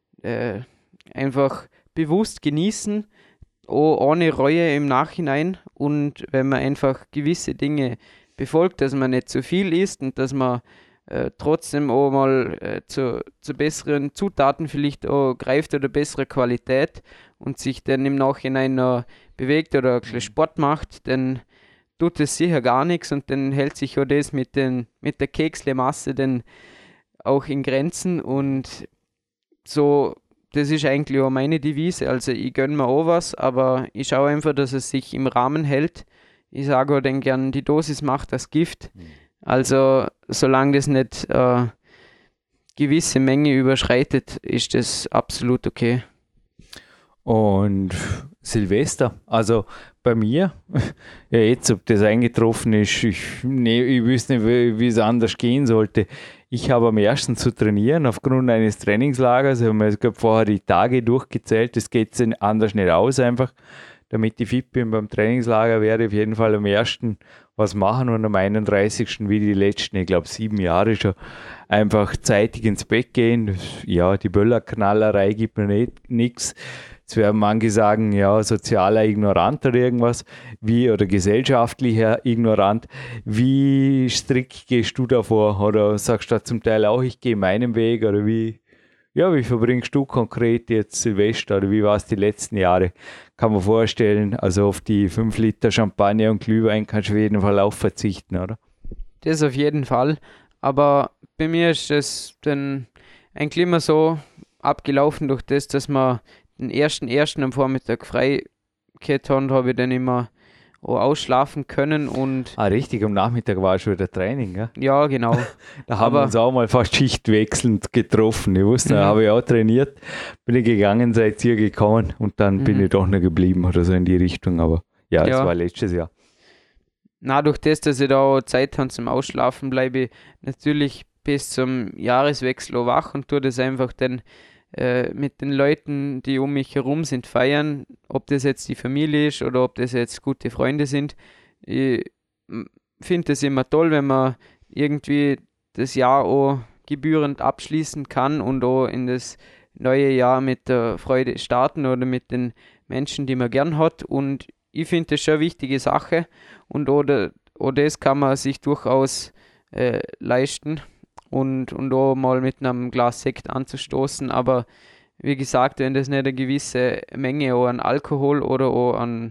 einfach bewusst genießen, auch ohne Reue im Nachhinein. Und wenn man einfach gewisse Dinge befolgt, dass man nicht zu viel isst und dass man trotzdem auch mal zu besseren Zutaten vielleicht auch greift oder bessere Qualität und sich dann im Nachhinein noch bewegt oder ein bisschen Sport macht, dann tut es sicher gar nichts und dann hält sich auch das mit der Kekslemasse dann auch in Grenzen und so, das ist eigentlich auch meine Devise, also ich gönne mir auch was, aber ich schaue einfach, dass es sich im Rahmen hält. Ich sage auch dann gern, die Dosis macht das Gift. Also solange das nicht gewisse Menge überschreitet, ist das absolut okay. Und Silvester. Also bei mir, ja jetzt, ob das eingetroffen ist, ich wüsste nicht, wie es anders gehen sollte. Ich habe am 1. zu trainieren aufgrund eines Trainingslagers. Ich habe mir vorher die Tage durchgezählt. Das geht anders nicht aus einfach. Damit ich fit bin beim Trainingslager, werde ich auf jeden Fall am 1. was machen und am 31. wie die letzten, ich glaube 7 Jahre schon, einfach zeitig ins Bett gehen. Ja, die Böllerknallerei gibt mir nichts. Jetzt werden manche sagen, ja, sozialer Ignorant oder irgendwas, oder gesellschaftlicher Ignorant. Wie strikt gehst du da vor? Oder sagst du zum Teil auch, ich gehe meinen Weg? Oder wie verbringst du konkret jetzt Silvester? Oder wie war es die letzten Jahre? Kann man vorstellen, also auf die 5 Liter Champagner und Glühwein kannst du auf jeden Fall auch verzichten, oder? Das auf jeden Fall. Aber bei mir ist es dann eigentlich immer so abgelaufen durch das, dass wir den 1.1. am Vormittag frei gehabt haben, habe ich dann immer auch ausschlafen können und... Richtig, am Nachmittag war schon wieder Training, gell? Ja, genau. Da haben wir uns auch mal fast schichtwechselnd getroffen. Ich wusste, da habe ich auch trainiert, bin ich gegangen, seid ihr gekommen und dann bin ich doch noch geblieben oder so in die Richtung, aber ja, das war letztes Jahr. Na, durch das, dass ich da auch Zeit habe zum Ausschlafen, bleibe ich natürlich bis zum Jahreswechsel auch wach und tue das einfach dann mit den Leuten, die um mich herum sind, feiern, ob das jetzt die Familie ist oder ob das jetzt gute Freunde sind. Ich finde es immer toll, wenn man irgendwie das Jahr auch gebührend abschließen kann und auch in das neue Jahr mit der Freude starten oder mit den Menschen, die man gern hat. Und ich finde das schon eine wichtige Sache und auch das kann man sich durchaus leisten. Und auch mal mit einem Glas Sekt anzustoßen, aber wie gesagt, wenn das nicht eine gewisse Menge auch an Alkohol oder auch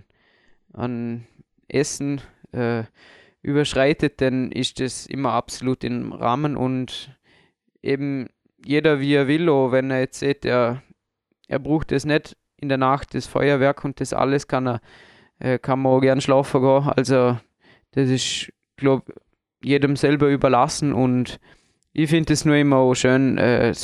an Essen überschreitet, dann ist das immer absolut im Rahmen und eben jeder wie er will, auch wenn er jetzt sieht, er braucht das nicht in der Nacht, das Feuerwerk und das alles kann man auch gern schlafen gehen, also das ist, glaube ich, jedem selber überlassen und ich finde es nur immer auch schön,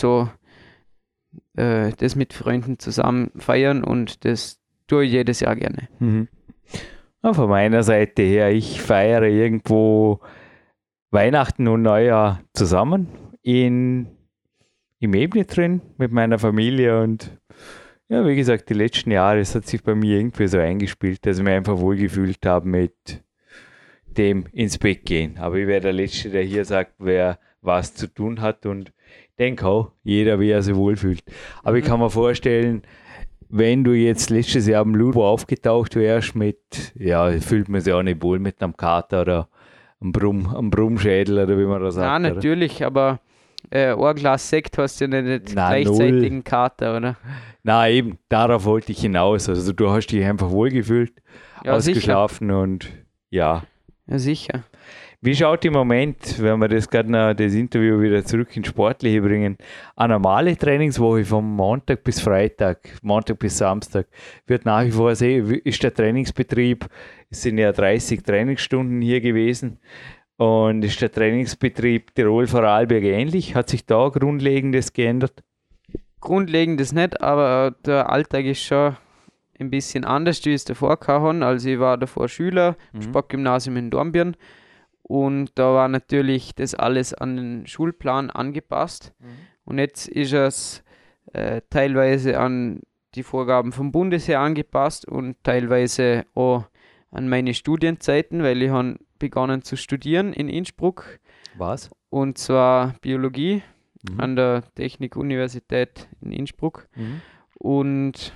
das mit Freunden zusammen feiern und das tue ich jedes Jahr gerne. Mhm. Ja, von meiner Seite her, ich feiere irgendwo Weihnachten und Neujahr zusammen im Ebene drin mit meiner Familie und ja, wie gesagt, die letzten Jahre, es hat sich bei mir irgendwie so eingespielt, dass ich mich einfach wohlgefühlt habe mit dem ins Bett gehen. Aber ich wäre der Letzte, der hier sagt, wer was zu tun hat und denke auch, jeder wie er sich wohlfühlt. Aber ich kann mir vorstellen, wenn du jetzt letztes Jahr am Ludo aufgetaucht wärst fühlt man sich auch nicht wohl mit einem Kater oder einem Brummschädel oder wie man das sagt. Ja, natürlich, oder? Aber ein Glas Sekt hast du ja nicht gleichzeitig einen Kater, oder? Nein, eben, darauf wollte ich hinaus. Also du hast dich einfach wohlgefühlt, ausgeschlafen sicher. Und ja. Ja, sicher. Wie schaut im Moment, wenn wir das Interview wieder zurück ins Sportliche bringen, eine normale Trainingswoche vom Montag bis Freitag, Montag bis Samstag, wird nach wie vor ist der Trainingsbetrieb, es sind ja 30 Trainingsstunden hier gewesen und ist der Trainingsbetrieb Tirol-Vorarlberg ähnlich? Hat sich da Grundlegendes geändert? Grundlegendes nicht, aber der Alltag ist schon ein bisschen anders, wie es davor gehabt. Also ich war davor Schüler im Sportgymnasium in Dornbirn. Und da war natürlich das alles an den Schulplan angepasst. Und jetzt ist es teilweise an die Vorgaben vom Bundesheer angepasst und teilweise auch an meine Studienzeiten, weil ich habe begonnen zu studieren in Innsbruck. Was? Und zwar Biologie an der Technikuniversität in Innsbruck. Und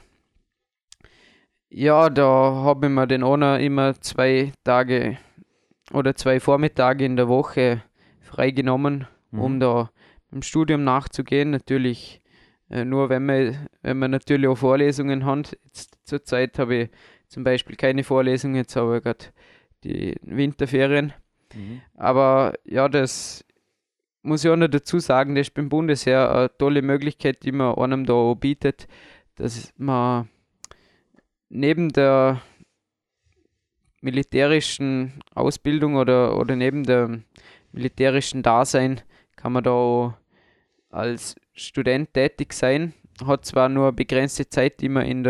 ja, da habe ich mir dann auch noch immer 2 Tage oder 2 Vormittage in der Woche freigenommen, um da im Studium nachzugehen. Natürlich nur, wenn man natürlich auch Vorlesungen hat. Jetzt zurzeit habe ich zum Beispiel keine Vorlesungen, jetzt habe ich gerade die Winterferien. Aber ja, das muss ich auch noch dazu sagen, das ist beim Bundesheer eine tolle Möglichkeit, die man einem da auch bietet, dass man neben der militärischen Ausbildung oder neben dem militärischen Dasein kann man da auch als Student tätig sein. Hat zwar nur eine begrenzte Zeit, die man in der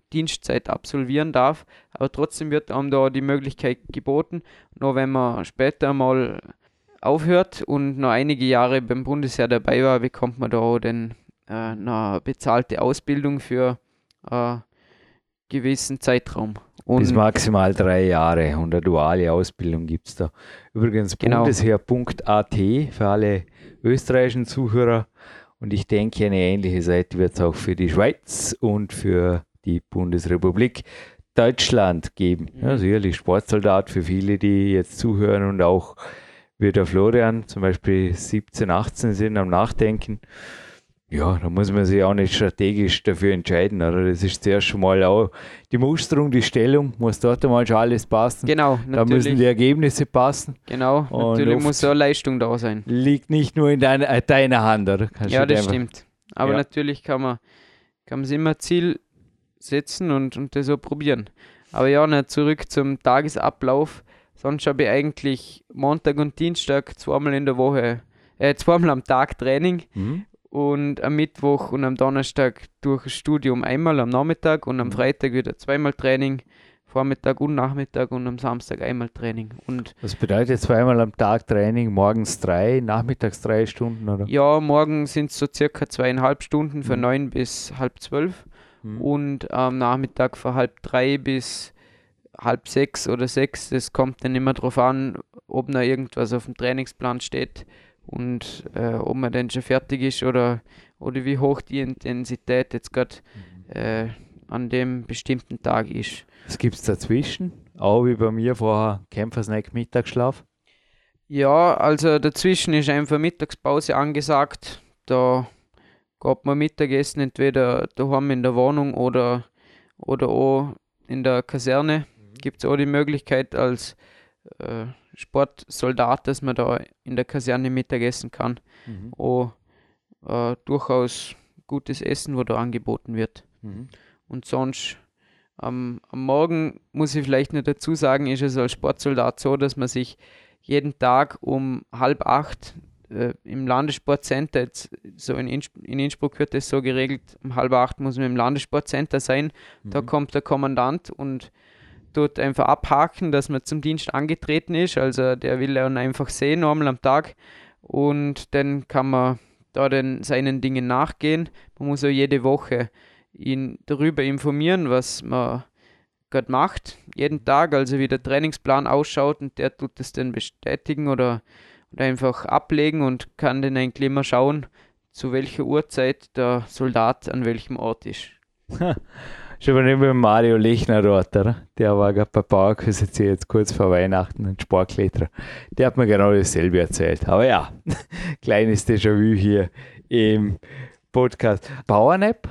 Dienstzeit absolvieren darf, aber trotzdem wird einem da die Möglichkeit geboten, nur wenn man später mal aufhört und noch einige Jahre beim Bundesheer dabei war, bekommt man da auch eine bezahlte Ausbildung für einen gewissen Zeitraum. Und bis maximal 3 Jahre und eine duale Ausbildung gibt es da. Übrigens Genau. Bundesheer.at für alle österreichischen Zuhörer. Und ich denke, eine ähnliche Seite wird es auch für die Schweiz und für die Bundesrepublik Deutschland geben. Ja, sicherlich Sportsoldat für viele, die jetzt zuhören und auch wie der Florian zum Beispiel 17, 18 sind am Nachdenken. Ja, da muss man sich auch nicht strategisch dafür entscheiden, oder? Das ist zuerst schon mal auch die Musterung, die Stellung, muss dort einmal schon alles passen. Genau, Da müssen die Ergebnisse passen. Genau, Und natürlich oft muss auch Leistung da sein. Liegt nicht nur in deiner Hand, oder? Kannst Ja, du das einfach- stimmt. Aber Ja. natürlich kann man sich immer Ziel setzen und das auch probieren. Aber ja, nicht zurück zum Tagesablauf. Sonst habe ich eigentlich Montag und Dienstag zweimal in der Woche, zweimal am Tag Training Mhm. und am Mittwoch und am Donnerstag durch das Studium einmal am Nachmittag und am Freitag wieder zweimal Training, Vormittag und Nachmittag und am Samstag einmal Training. Und Das bedeutet zweimal am Tag Training, morgens 3, nachmittags 3 Stunden, oder? ja, morgen sind es so circa 2,5 Stunden von Mhm. 9 bis halb 12 Mhm. und am Nachmittag von halb 3 bis halb 6 oder 6. Das kommt dann immer darauf an, ob noch irgendwas auf dem Trainingsplan steht und ob man dann schon fertig ist oder wie hoch die Intensität jetzt gerade an dem bestimmten Tag ist. Was gibt es dazwischen? Auch wie bei mir vorher, Kämpfersnack, Mittagsschlaf. Ja, also dazwischen ist einfach Mittagspause angesagt. Da geht man Mittagessen entweder daheim in der Wohnung oder auch in der Kaserne. Gibt es auch die Möglichkeit als Sportsoldat, dass man da in der Kaserne Mittagessen kann. Mhm. Auch durchaus gutes Essen, wo da angeboten wird. Mhm. Und sonst am Morgen, muss ich vielleicht noch dazu sagen, ist es als Sportsoldat so, dass man sich jeden Tag um 7:30 im Landessportcenter, jetzt so in Innsbruck wird das so geregelt, um 7:30 muss man im Landessportcenter sein. Da kommt der Kommandant und tut einfach abhaken, dass man zum Dienst angetreten ist. Also der will dann einfach sehen, einmal am Tag. Und dann kann man da seinen Dingen nachgehen. Man muss auch jede Woche ihn darüber informieren, was man gerade macht, jeden Tag, also wie der Trainingsplan ausschaut, und der tut das dann bestätigen oder einfach ablegen und kann dann eigentlich immer schauen, zu welcher Uhrzeit der Soldat an welchem Ort ist. Schon mal nicht mit dem Mario Lechner dort, oder? Der war gerade bei PowerQuest jetzt kurz vor Weihnachten, ein Sportkletterer. Der hat mir genau dasselbe erzählt. Aber ja, kleines Déjà-vu hier im Podcast. Powernap?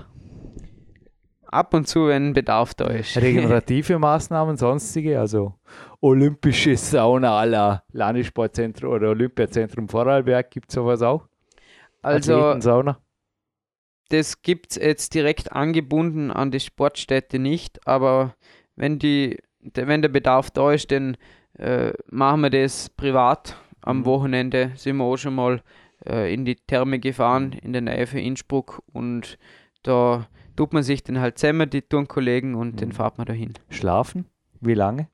Ab und zu, wenn Bedarf da ist. Regenerative Maßnahmen, sonstige, also olympische Sauna à la Landessportzentrum oder Olympiazentrum Vorarlberg, gibt es sowas auch? Also Athletensauna? das gibt es jetzt direkt angebunden an die Sportstätte nicht, aber wenn der Bedarf da ist, dann machen wir das privat. Am Wochenende sind wir auch schon mal in die Therme gefahren, in der Nähe von Innsbruck, und da tut man sich dann halt zusammen, die Turnkollegen, und dann fährt man dahin. Schlafen? Wie lange?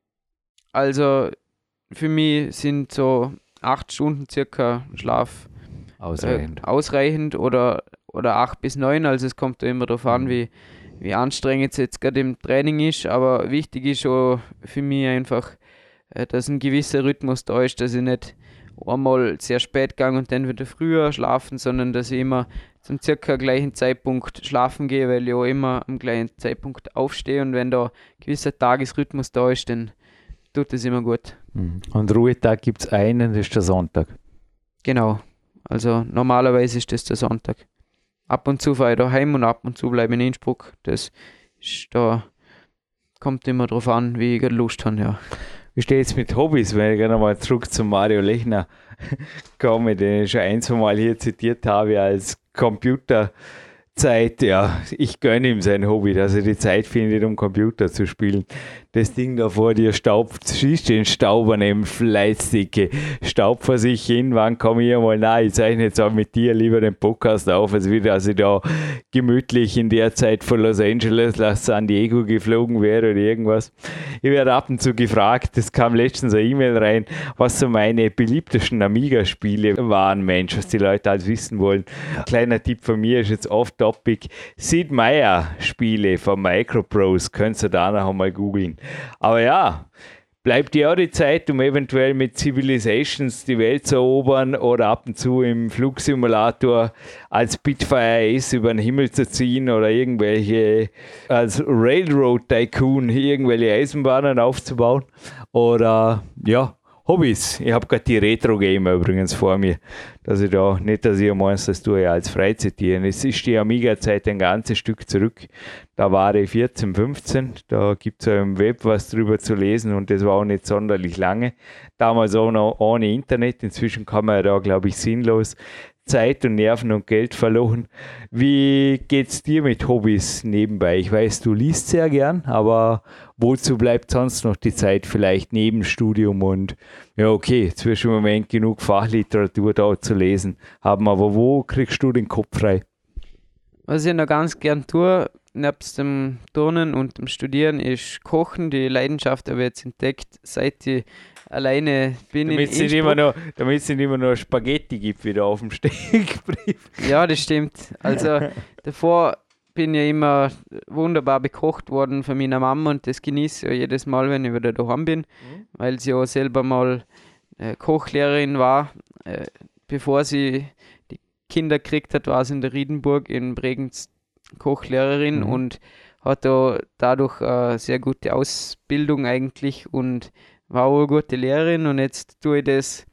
Also für mich sind so 8 Stunden circa Schlaf ausreichend oder 8 bis 9, also es kommt da immer darauf an, wie anstrengend es jetzt gerade im Training ist, aber wichtig ist auch für mich einfach, dass ein gewisser Rhythmus da ist, dass ich nicht einmal sehr spät gehe und dann wieder früher schlafen, sondern dass ich immer zum circa gleichen Zeitpunkt schlafen gehe, weil ich auch immer am gleichen Zeitpunkt aufstehe, und wenn da ein gewisser Tagesrhythmus da ist, dann tut das immer gut. Und Ruhetag gibt es einen, das ist der Sonntag. Genau, also normalerweise ist das der Sonntag. Ab und zu fahre ich daheim und ab und zu bleibe ich in Innsbruck. Das ist da, kommt immer drauf an, wie ich gerade Lust habe, ja. Wie steht es mit Hobbys, wenn ich gerne mal zurück zum Mario Lechner komme, den ich schon ein, zwei Mal hier zitiert habe als Computerzeit. Ja, ich gönne ihm sein Hobby, dass er die Zeit findet, um Computer zu spielen. das Ding da vor dir staubt, schießt den Staub an dem Fleißdicke, staubt vor sich hin, wann komme ich einmal nach, ich zeichne jetzt auch mit dir lieber den Podcast auf, als wieder, als ich da gemütlich in der Zeit von Los Angeles nach San Diego geflogen wäre oder irgendwas. Ich werde ab und zu gefragt, es kam letztens eine E-Mail rein, was so meine beliebtesten Amiga-Spiele waren, Mensch, was die Leute alles wissen wollen. Kleiner Tipp von mir ist jetzt off-topic, Sid Meier-Spiele von Microprose, könnt ihr da noch einmal googeln. Aber ja, bleibt dir auch die Zeit, um eventuell mit Civilizations die Welt zu erobern oder ab und zu im Flugsimulator als Spitfire Ace über den Himmel zu ziehen oder irgendwelche als Railroad Tycoon irgendwelche Eisenbahnen aufzubauen oder ja, Hobbys. Ich habe gerade die Retro-Gamer übrigens vor mir, dass ich da nicht, dass ihr meint, das tue ich als Freizitieren. Es ist die Amiga-Zeit ein ganzes Stück zurück. Da war ich 14, 15. Da gibt es ja im Web was drüber zu lesen und das war auch nicht sonderlich lange. Damals auch noch ohne Internet. Inzwischen kann man ja da, glaube ich, sinnlos Zeit und Nerven und Geld verloren. Wie geht's dir mit Hobbys nebenbei? Ich weiß, du liest sehr gern, aber wozu bleibt sonst noch die Zeit? Vielleicht neben Studium und ja, okay, zwischen im Moment genug Fachliteratur da zu lesen haben, aber wo kriegst du den Kopf frei? Was ich noch ganz gern tue, nebst dem Turnen und dem Studieren, ist Kochen. Die Leidenschaft habe ich jetzt entdeckt, seit ich alleine bin damit in Innsbruck. Damit es nicht immer noch Spaghetti gibt, wieder auf dem Steckbrief. Ja, das stimmt. Also davor bin ich immer wunderbar bekocht worden von meiner Mama und das genieße ich jedes Mal, wenn ich wieder daheim bin, weil sie auch selber mal Kochlehrerin war. Bevor sie die Kinder gekriegt hat, war sie in der Riedenburg in Bregenz Kochlehrerin und hat da dadurch eine sehr gute Ausbildung eigentlich und war auch eine gute Lehrerin und jetzt tue ich das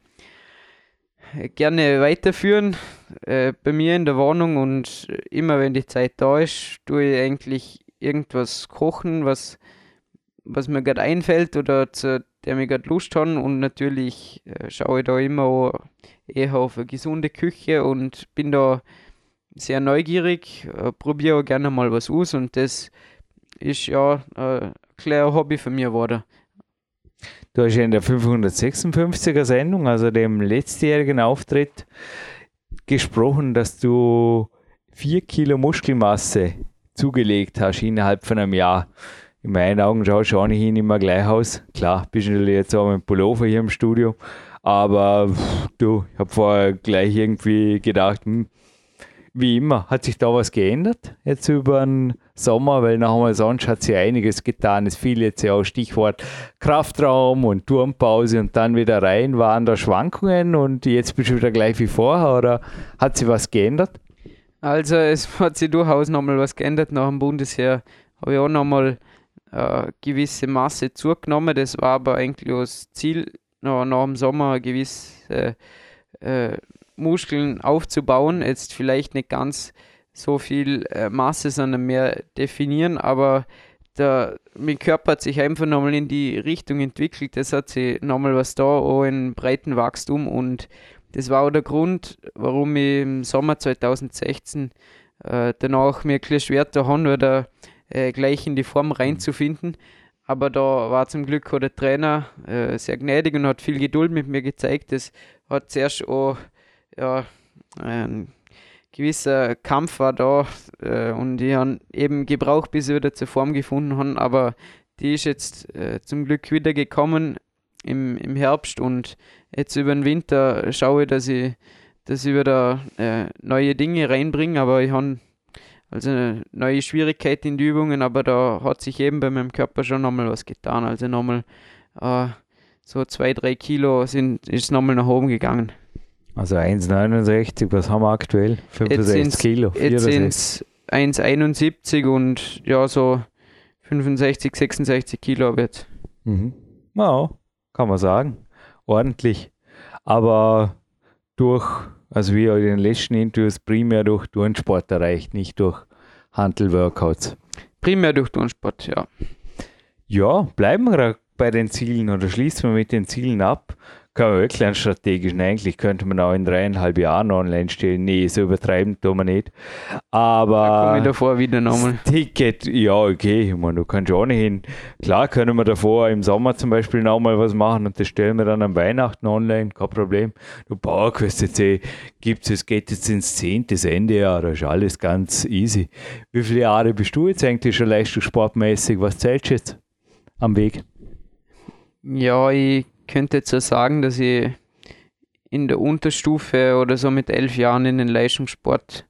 gerne weiterführen bei mir in der Wohnung und immer wenn die Zeit da ist, tue ich eigentlich irgendwas kochen, was mir gerade einfällt oder zu der mir gerade Lust hat und natürlich schaue ich da immer auch eher auf eine gesunde Küche und bin da sehr neugierig, probiere auch gerne mal was aus und das ist ja ein kleines Hobby von mir geworden. Du hast ja in der 556er Sendung, also dem letztjährigen Auftritt, gesprochen, dass du 4 Kilo Muskelmasse zugelegt hast innerhalb von einem Jahr. In meinen Augen schaust du auch nicht immer gleich aus. Klar, bist du natürlich jetzt auch mit dem Pullover hier im Studio, aber du, ich habe vorher gleich irgendwie gedacht, wie immer, hat sich da was geändert jetzt über den Sommer, weil nachher sonst hat sich einiges getan. Es fiel jetzt ja auch Stichwort Kraftraum und Turmpause und dann wieder rein. Waren da Schwankungen und jetzt bist du wieder gleich wie vorher oder hat sich was geändert? Also es hat sich durchaus nochmal was geändert. Nach dem Bundesheer habe ich auch nochmal gewisse Masse zugenommen. Das war aber eigentlich das Ziel, nach dem Sommer gewisse Muskeln aufzubauen. Jetzt vielleicht nicht ganz so viel Masse, sondern mehr definieren, aber mein Körper hat sich einfach nochmal in die Richtung entwickelt. Das hat sich nochmal was da, auch in breiten Wachstum und das war auch der Grund, warum ich im Sommer 2016 danach mir ein bisschen schwer getan habe, gleich in die Form reinzufinden. Aber da war zum Glück auch der Trainer sehr gnädig und hat viel Geduld mit mir gezeigt. Das hat zuerst auch ein gewisser Kampf war da und ich habe eben gebraucht, bis ich wieder zur Form gefunden habe, aber die ist jetzt zum Glück wieder gekommen im Herbst und jetzt über den Winter schaue ich, dass ich wieder neue Dinge reinbringe, aber ich habe also eine neue Schwierigkeit in die Übungen, aber da hat sich eben bei meinem Körper schon nochmal was getan, also nochmal so 2-3 Kilo ist nochmal nach oben gegangen. Also 1,69, was haben wir aktuell? 65 Kilo? Jetzt sind es 1,71 und ja, so 65, 66 Kilo wird. Ja, kann man sagen. Ordentlich. Aber also wie in den letzten Interviews, primär durch Turnsport erreicht, nicht durch Hantel-Workouts. Primär durch Turnsport, ja. Ja, bleiben wir bei den Zielen oder schließen wir mit den Zielen ab. kann man wirklich einen strategischen, eigentlich könnte man auch in 3,5 Jahren online stellen. Nee, so übertreiben tun wir nicht. Aber Da komme ich davor wieder nochmal. das Ticket, ja, okay, ich meine, du kannst ohnehin, klar können wir davor im Sommer zum Beispiel nochmal was machen und das stellen wir dann am Weihnachten online, kein Problem. Du PowerQuest CC gibt es geht jetzt ins 10. Sendejahr, da ist alles ganz easy. Wie viele Jahre bist du jetzt eigentlich schon leistungssportmäßig? Was zählst du jetzt am Weg? Ja, ich könnte jetzt so sagen, dass ich in der Unterstufe oder so mit 11 Jahren in den Leistungssport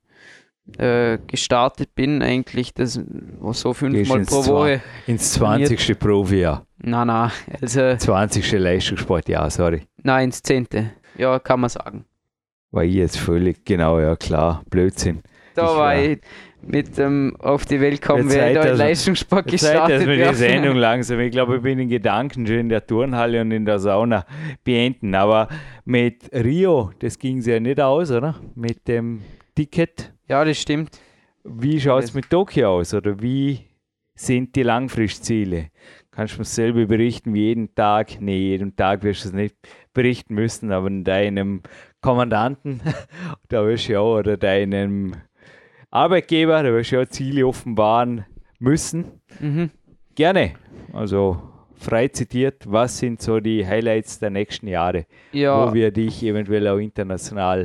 gestartet bin, eigentlich das so 5-mal pro Woche. Ins 20. Profijahr. Nein, also 20. Leistungssportjahr, sorry. nein, ins 10. Ja, kann man sagen. War ich jetzt völlig, genau, ja klar, Blödsinn. Da war ich mit auf die Welt kommen, wer da in Leistungssport gestartet dass wir wäre. die Sendung langsam, ich glaube, ich bin in Gedanken schon in der Turnhalle und in der Sauna beenden. Aber mit Rio, das ging es ja nicht aus, oder? Mit dem Ticket. Ja, das stimmt. Wie schaut es mit Tokio aus? Oder wie sind die Langfristziele? Kannst du mir selber berichten, wie jeden Tag? Nee, jeden Tag wirst du es nicht berichten müssen, aber deinem Kommandanten, da wirst du ja auch, oder deinem Arbeitgeber, da wirst du ja Ziele offenbaren müssen. Mhm. Gerne. Also frei zitiert, was sind so die Highlights der nächsten Jahre, Ja, wo wir dich eventuell auch international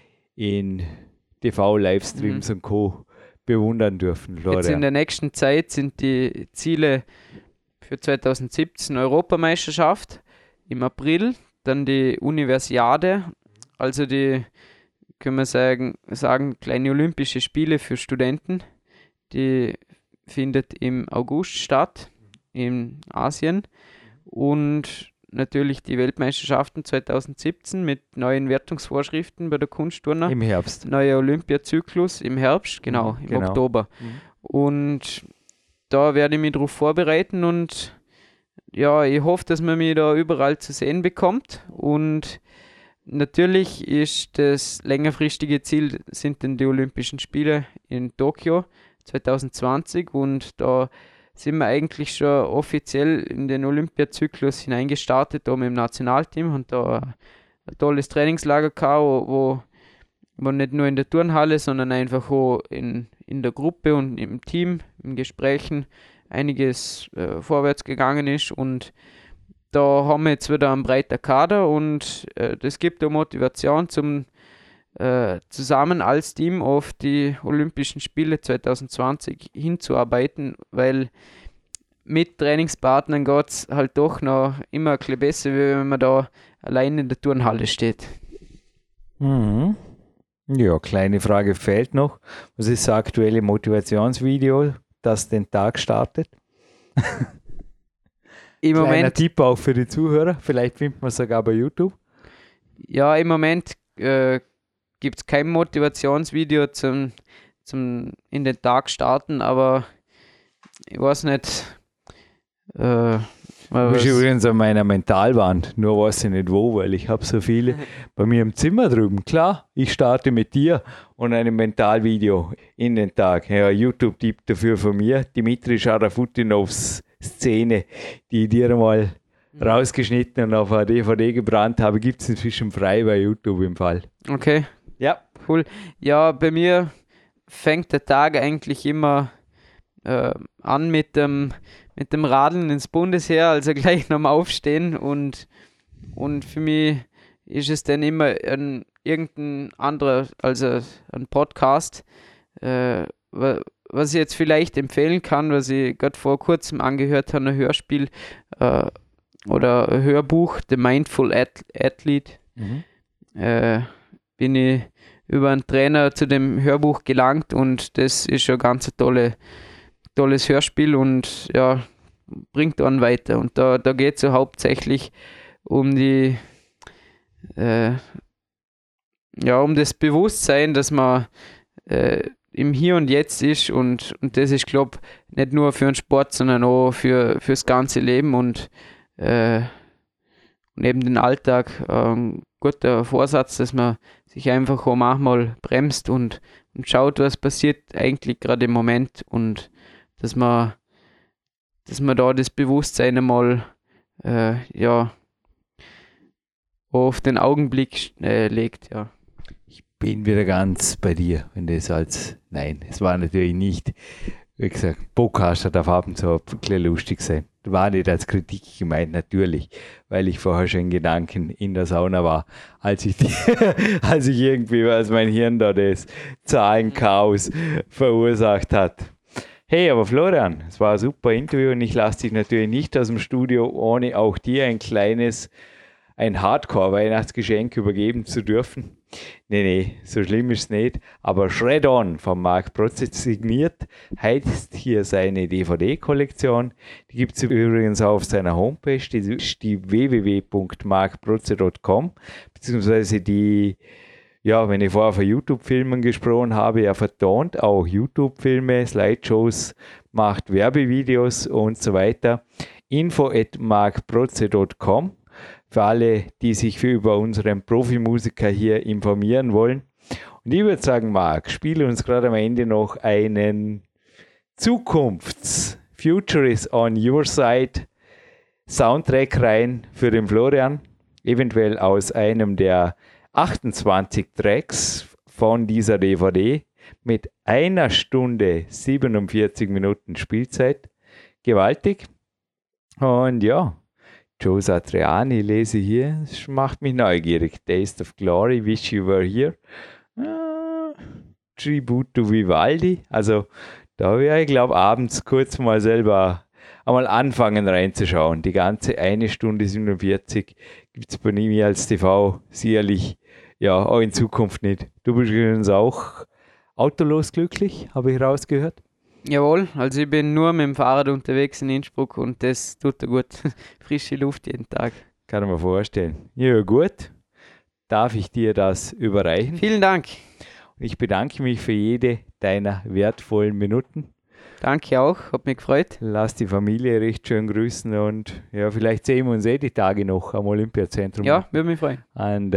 in TV-Livestreams und Co. bewundern dürfen, jetzt Florian? in der nächsten Zeit sind die Ziele für 2017 Europameisterschaft im April, dann die Universiade, also die, können wir sagen, kleine Olympische Spiele für Studenten, die findet im August statt in Asien, und natürlich die Weltmeisterschaften 2017 mit neuen Wertungsvorschriften bei der Kunstturner. Im Herbst. Neuer Olympiazyklus im Herbst, genau, im Genau. Oktober. Und da werde ich mich darauf vorbereiten und ja, ich hoffe, dass man mich da überall zu sehen bekommt. Und natürlich ist das längerfristige Ziel, sind dann die Olympischen Spiele in Tokio 2020, und da sind wir eigentlich schon offiziell in den Olympiazyklus hineingestartet, da mit dem Nationalteam, und da ein tolles Trainingslager gehabt, wo nicht nur in der Turnhalle, sondern einfach auch in der Gruppe und im Team, in Gesprächen einiges vorwärts gegangen ist, und da haben wir jetzt wieder einen breiten Kader, und das gibt auch Motivation zum zusammen als Team auf die Olympischen Spiele 2020 hinzuarbeiten, weil mit Trainingspartnern geht es halt doch noch immer ein bisschen besser, wie wenn man da allein in der Turnhalle steht. Mhm. Ja, kleine Frage fehlt noch. Was ist das aktuelle Motivationsvideo, das den Tag startet? Im Kleiner Moment, Tipp auch für die Zuhörer. Vielleicht findet man es sogar bei YouTube. ja, im Moment gibt es kein Motivationsvideo zum in den Tag starten, aber ich weiß nicht. Du bist übrigens an meiner Mentalwand, nur weiß ich nicht wo, weil ich habe so viele bei mir im Zimmer drüben. Klar, ich starte mit dir und einem Mentalvideo in den Tag. Ja, YouTube-Tipp dafür von mir, Dimitri Scharafutinovs Szene, die ich dir mal rausgeschnitten und auf eine DVD gebrannt habe, gibt es inzwischen frei bei YouTube im Fall. Okay, Ja. cool. Ja, bei mir fängt der Tag eigentlich immer an mit dem Radeln ins Bundesheer, also gleich nach dem Aufstehen, und für mich ist es dann immer irgendein anderer, also ein Podcast, was ich jetzt vielleicht empfehlen kann, was ich gerade vor kurzem angehört habe, ein Hörspiel oder ein Hörbuch, The Mindful Athlete. Bin ich über einen Trainer zu dem Hörbuch gelangt, und das ist schon ganz ein tolles Hörspiel und ja, bringt einen weiter. Und da geht es so hauptsächlich um um das Bewusstsein, dass man im Hier und Jetzt ist, und das ist, glaube ich, nicht nur für den Sport, sondern auch fürs ganze Leben und neben den Alltag ein guter Vorsatz, dass man sich einfach auch manchmal bremst und schaut, was passiert eigentlich gerade im Moment, und dass man da das Bewusstsein einmal auf den Augenblick legt, ja. Ich bin wieder ganz bei dir, wenn das nein, es war natürlich nicht, wie gesagt, Podcast darf ab und zu ein bisschen lustig sein. War nicht als Kritik gemeint, natürlich, weil ich vorher schon in Gedanken in der Sauna war, als ich irgendwie, als mein Hirn da das Zahlenchaos verursacht hat. Hey, aber Florian, es war ein super Interview und ich lasse dich natürlich nicht aus dem Studio, ohne auch dir ein Hardcore-Weihnachtsgeschenk übergeben zu dürfen. Nee, so schlimm ist es nicht. Aber Shred On von Marc Protze signiert heißt hier seine DVD-Kollektion. Die gibt es übrigens auch auf seiner Homepage, die ist die www.marcprotze.com, beziehungsweise wenn ich vorher von YouTube-Filmen gesprochen habe, er vertont auch YouTube-Filme, Slideshows, macht Werbevideos und so weiter. info@marcprotze.com für alle, die sich über unseren Profimusiker hier informieren wollen. Und ich würde sagen, Marc, spiele uns gerade am Ende noch einen Future is on your side Soundtrack rein für den Florian, eventuell aus einem der 28 Tracks von dieser DVD mit 1 Stunde 47 Minuten Spielzeit. Gewaltig. Und ja, Joe Satriani lese hier, das macht mich neugierig. Taste of Glory, Wish You Were Here. Tribute to Vivaldi. Also da werde ich, glaube abends kurz mal selber einmal anfangen reinzuschauen. Die ganze 1 Stunde 47 gibt es bei mir als TV sicherlich auch in Zukunft nicht. Du bist übrigens auch autolos glücklich, habe ich rausgehört. Jawohl, also ich bin nur mit dem Fahrrad unterwegs in Innsbruck und das tut mir gut. Frische Luft jeden Tag. Kann ich mir vorstellen. Ja, gut. Darf ich dir das überreichen? Vielen Dank. Und ich bedanke mich für jede deiner wertvollen Minuten. Danke auch, hat mich gefreut. Lass die Familie recht schön grüßen und vielleicht sehen wir uns die Tage noch am Olympiazentrum. Ja, würde mich freuen. In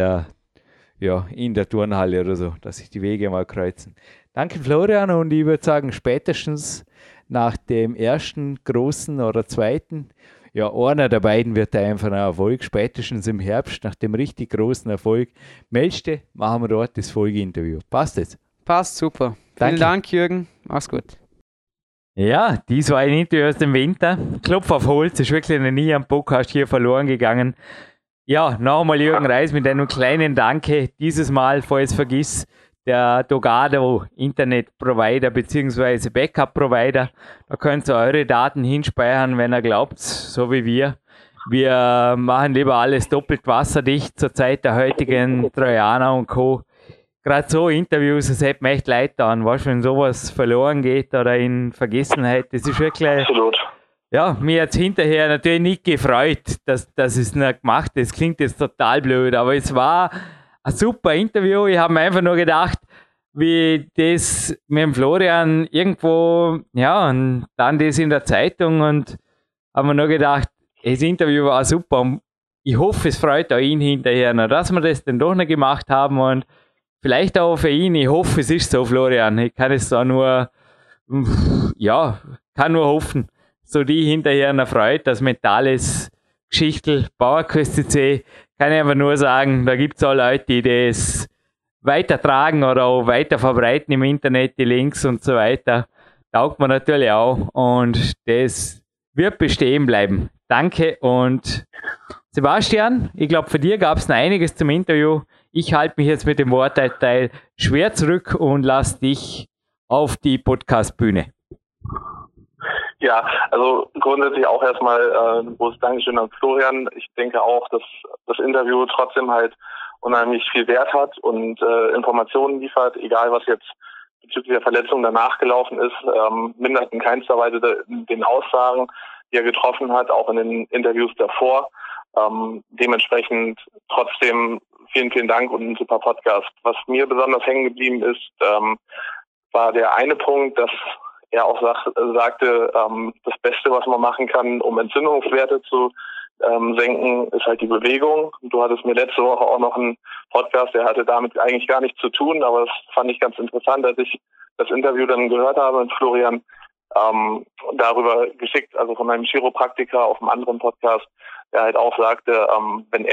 der Turnhalle oder so, dass sich die Wege mal kreuzen. Danke Florian und ich würde sagen, spätestens nach dem ersten großen oder zweiten, einer der beiden wird einfach ein Erfolg, spätestens im Herbst, nach dem richtig großen Erfolg, meldest machen wir dort das Folgeinterview. Passt das? Passt, super. Danke. Vielen Dank, Jürgen. Mach's gut. Ja, dies war ein Interview aus dem Winter. Klopf auf Holz, ist wirklich noch nie am Podcast hier verloren gegangen. Ja, nochmal Jürgen Reis mit einem kleinen Danke. Dieses Mal, falls vergiss, der Dogado Internet Provider bzw. Backup Provider. Da könnt ihr eure Daten hinspeichern, wenn ihr glaubt, so wie wir. Wir machen lieber alles doppelt wasserdicht zur Zeit der heutigen Trojaner und Co. Gerade so Interviews, es hätte mir echt leid getan, wenn sowas verloren geht oder in Vergessenheit. Das ist wirklich... Absolut. Ja, mir hat es hinterher natürlich nicht gefreut, dass es nicht gemacht ist. Das klingt jetzt total blöd, aber es war ein super Interview. Ich habe mir einfach nur gedacht, wie das mit dem Florian irgendwo, und dann das in der Zeitung und habe mir nur gedacht, das Interview war super und ich hoffe, es freut auch ihn hinterher noch, dass wir das dann doch noch gemacht haben und vielleicht auch für ihn. Ich hoffe, es ist so, Florian. Ich kann es da nur, kann nur hoffen, so die hinterher noch freut, das mentales Geschichtel, PowerQuest.cc, kann ich einfach nur sagen, da gibt es auch Leute, die das weitertragen oder auch weiter verbreiten im Internet, die Links und so weiter. Taugt man natürlich auch und das wird bestehen bleiben. Danke und Sebastian, ich glaube, für dir gab es noch einiges zum Interview. Ich halte mich jetzt mit dem Wortteil schwer zurück und lasse dich auf die Podcast-Bühne. Ja, also grundsätzlich auch erstmal ein großes Dankeschön an Florian. Ich denke auch, dass das Interview trotzdem halt unheimlich viel Wert hat und Informationen liefert, egal was jetzt bezüglich der Verletzung danach gelaufen ist, mindert in keinster Weise den Aussagen, die er getroffen hat, auch in den Interviews davor. Dementsprechend trotzdem vielen, vielen Dank und ein super Podcast. Was mir besonders hängen geblieben ist, war der eine Punkt, dass er auch sagte, das Beste, was man machen kann, um Entzündungswerte zu senken, ist halt die Bewegung. Du hattest mir letzte Woche auch noch einen Podcast, der hatte damit eigentlich gar nichts zu tun, aber das fand ich ganz interessant, als ich das Interview dann gehört habe mit Florian, darüber geschickt, also von einem Chiropraktiker auf einem anderen Podcast, der halt auch sagte, wenn er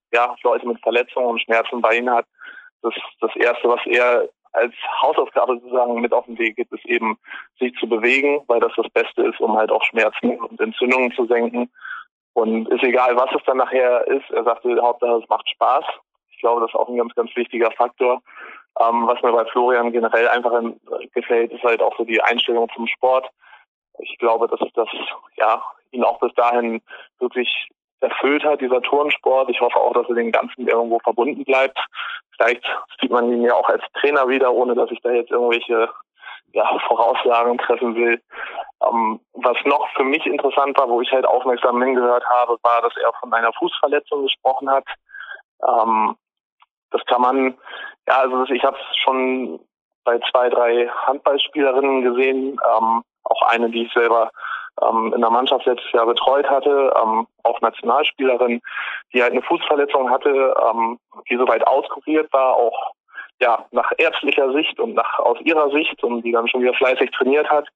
Leute mit Verletzungen und Schmerzen bei ihnen hat. Das Erste, was er als Hausaufgabe sozusagen mit auf den Weg gibt, ist eben, sich zu bewegen, weil das Beste ist, um halt auch Schmerzen und Entzündungen zu senken. Und ist egal, was es dann nachher ist. Er sagte, Hauptsache, es macht Spaß. Ich glaube, das ist auch ein ganz, ganz wichtiger Faktor. Was mir bei Florian generell einfach gefällt, ist halt auch so die Einstellung zum Sport. Ich glaube, dass das ihn auch bis dahin wirklich erfüllt hat, dieser Turnsport. Ich hoffe auch, dass er den Ganzen irgendwo verbunden bleibt. Vielleicht sieht man ihn ja auch als Trainer wieder, ohne dass ich da jetzt irgendwelche Voraussagen treffen will. Was noch für mich interessant war, wo ich halt aufmerksam hingehört habe, war, dass er von einer Fußverletzung gesprochen hat. Das kann man, ich habe es schon bei 2, 3 Handballspielerinnen gesehen, auch eine, die ich selber in der Mannschaft letztes Jahr betreut hatte, auch Nationalspielerin, die halt eine Fußverletzung hatte, die soweit auskuriert war, auch nach ärztlicher Sicht und aus ihrer Sicht, und die dann schon wieder fleißig trainiert hat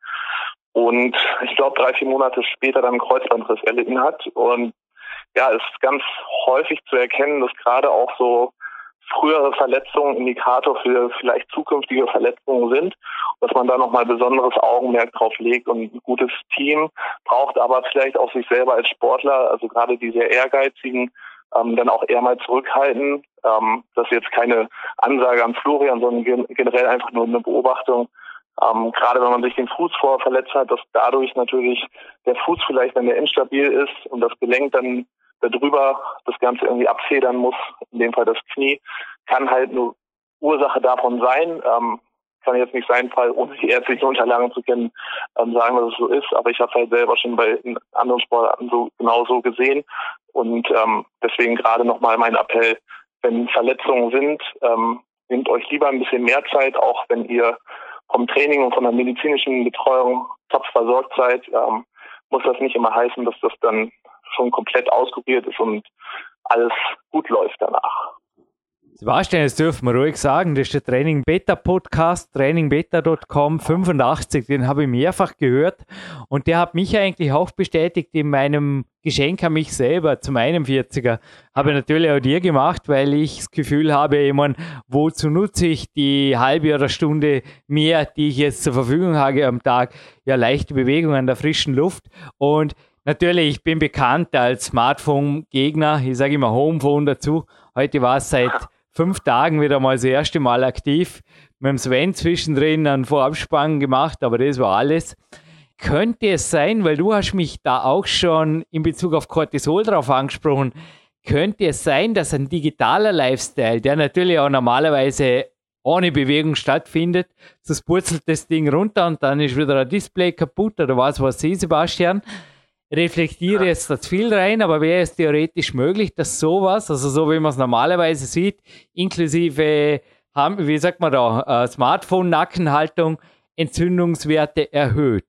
und ich glaube 3, 4 Monate später dann einen Kreuzbandriss erlitten hat. Und es ist ganz häufig zu erkennen, dass gerade auch so frühere Verletzungen Indikator für vielleicht zukünftige Verletzungen sind, dass man da nochmal besonderes Augenmerk drauf legt. Und ein gutes Team braucht aber vielleicht auch sich selber als Sportler, also gerade die sehr ehrgeizigen, dann auch eher mal zurückhalten. Das ist jetzt keine Ansage an Florian, sondern generell einfach nur eine Beobachtung. Gerade wenn man sich den Fuß verletzt hat, dass dadurch natürlich der Fuß vielleicht, wenn der instabil ist und das Gelenk dann darüber das Ganze irgendwie abfedern muss, in dem Fall das Knie, kann halt eine Ursache davon sein. Kann jetzt nicht sein Fall, ohne die ärztlichen Unterlagen zu kennen, sagen, dass es so ist. Aber ich habe es halt selber schon bei anderen Sportarten genau so gesehen. Und deswegen gerade nochmal mein Appell, wenn Verletzungen sind, nehmt euch lieber ein bisschen mehr Zeit, auch wenn ihr vom Training und von der medizinischen Betreuung top versorgt seid, muss das nicht immer heißen, dass das dann schon komplett auskuriert ist und alles gut läuft danach. Sebastian, das dürfen wir ruhig sagen, das ist der Training Beta Podcast, trainingbeta.com 85, den habe ich mehrfach gehört und der hat mich eigentlich auch bestätigt in meinem Geschenk an mich selber zum 41er. Habe ich natürlich auch dir gemacht, weil ich das Gefühl habe, wozu nutze ich die halbe oder Stunde mehr, die ich jetzt zur Verfügung habe am Tag, leichte Bewegung an der frischen Luft. Und natürlich, ich bin bekannt als Smartphone-Gegner, ich sage immer Homephone dazu. Heute war es seit 5 Tagen wieder mal das erste Mal aktiv. Mit dem Sven zwischendrin einen Vorabspann gemacht, aber das war alles. Könnte es sein, weil du hast mich da auch schon in Bezug auf Cortisol drauf angesprochen, könnte es sein, dass ein digitaler Lifestyle, der natürlich auch normalerweise ohne Bewegung stattfindet, das purzelt das Ding runter und dann ist wieder ein Display kaputt oder was weiß ich, Sebastian. Reflektiere jetzt das viel rein, aber wäre es theoretisch möglich, dass sowas, also so wie man es normalerweise sieht, inklusive, wie sagt man da, Smartphone-Nackenhaltung, Entzündungswerte erhöht?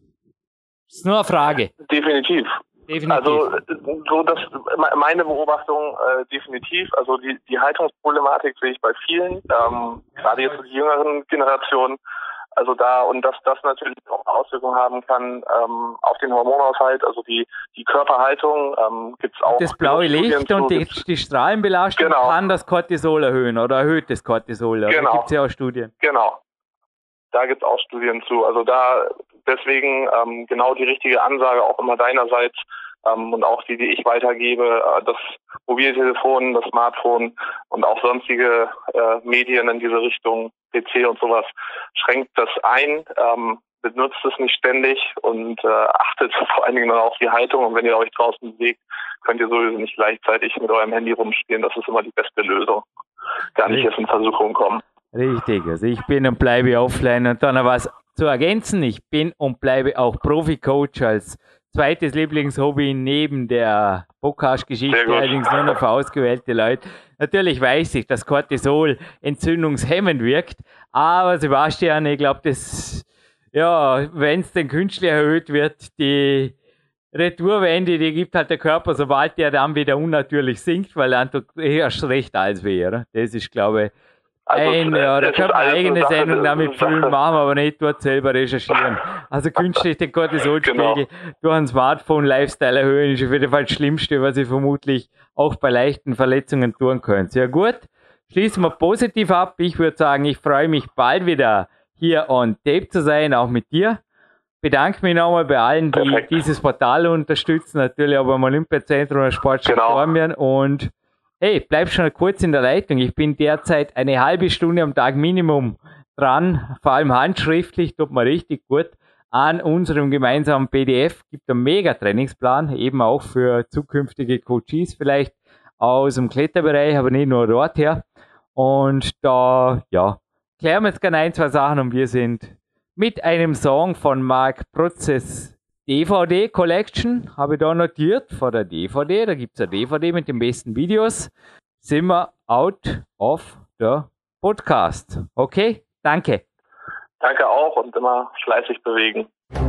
Das ist nur eine Frage. Definitiv. Also meine Beobachtung definitiv. Also die Haltungsproblematik sehe ich bei vielen, gerade jetzt die jüngeren Generationen. Also dass das natürlich auch Auswirkungen haben kann auf den Hormonhaushalt, also die Körperhaltung gibt's auch. Das blaue Licht und die Strahlenbelastung kann das Cortisol erhöhen oder erhöht das Cortisol. Da gibt es ja auch Studien. Genau. Da gibt's auch Studien zu. Also deswegen genau die richtige Ansage auch immer deinerseits und auch die ich weitergebe, das Mobiltelefon, das Smartphone und auch sonstige Medien in diese Richtung, PC und sowas, schränkt das ein, benutzt es nicht ständig und achtet vor allen Dingen auf die Haltung. Und wenn ihr euch draußen bewegt, könnt ihr sowieso nicht gleichzeitig mit eurem Handy rumspielen. Das ist immer die beste Lösung. Gar nicht erst in Versuchung kommen. Richtig, also ich bin und bleibe offline. Und dann noch was zu ergänzen, ich bin und bleibe auch Profi-Coach als zweites Lieblingshobby neben der Podcast-Geschichte, allerdings nur noch für ausgewählte Leute. Natürlich weiß ich, dass Cortisol entzündungshemmend wirkt, aber Sebastian, ich glaube, wenn es denn künstlich erhöht wird, die Retourwende, die gibt halt der Körper, sobald der dann wieder unnatürlich sinkt, weil er erst recht als wäre. Das ist, glaube ich, Nein, ja, da können wir eine eigene Sendung damit füllen, machen wir aber nicht dort selber recherchieren. Also künstliche Cortisolspiegel durch ein Smartphone-Lifestyle erhöhen ist auf jeden Fall das Schlimmste, was ihr vermutlich auch bei leichten Verletzungen tun könnt. Ja gut, schließen wir positiv ab. Ich würde sagen, ich freue mich bald wieder hier on Tape zu sein, auch mit dir. Bedanke mich nochmal bei allen, die dieses Portal unterstützen, natürlich auch beim Olympiazentrum und Sportstadt Dornbirn. Und hey, bleib schon kurz in der Leitung. Ich bin derzeit eine halbe Stunde am Tag Minimum dran, vor allem handschriftlich, tut mir richtig gut, an unserem gemeinsamen PDF. Gibt einen Mega-Trainingsplan, eben auch für zukünftige Coaches vielleicht aus dem Kletterbereich, aber nicht nur dort her. Und da, ja, klären wir jetzt gerne ein, zwei Sachen und wir sind mit einem Song von Marc Protzes DVD Collection, habe ich da notiert, vor der DVD, da gibt es eine DVD mit den besten Videos, sind wir out of the podcast. Okay, danke. Danke auch und immer fleißig bewegen.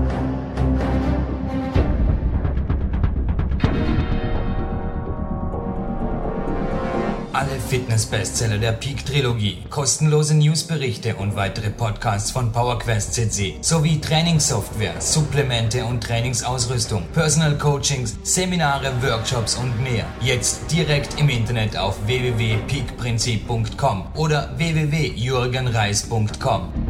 Alle Fitness-Bestseller der Peak-Trilogie, kostenlose Newsberichte und weitere Podcasts von PowerQuest CC sowie Trainingssoftware, Supplemente und Trainingsausrüstung, Personal Coachings, Seminare, Workshops und mehr. Jetzt direkt im Internet auf www.peakprinzip.com oder www.jürgenreis.com.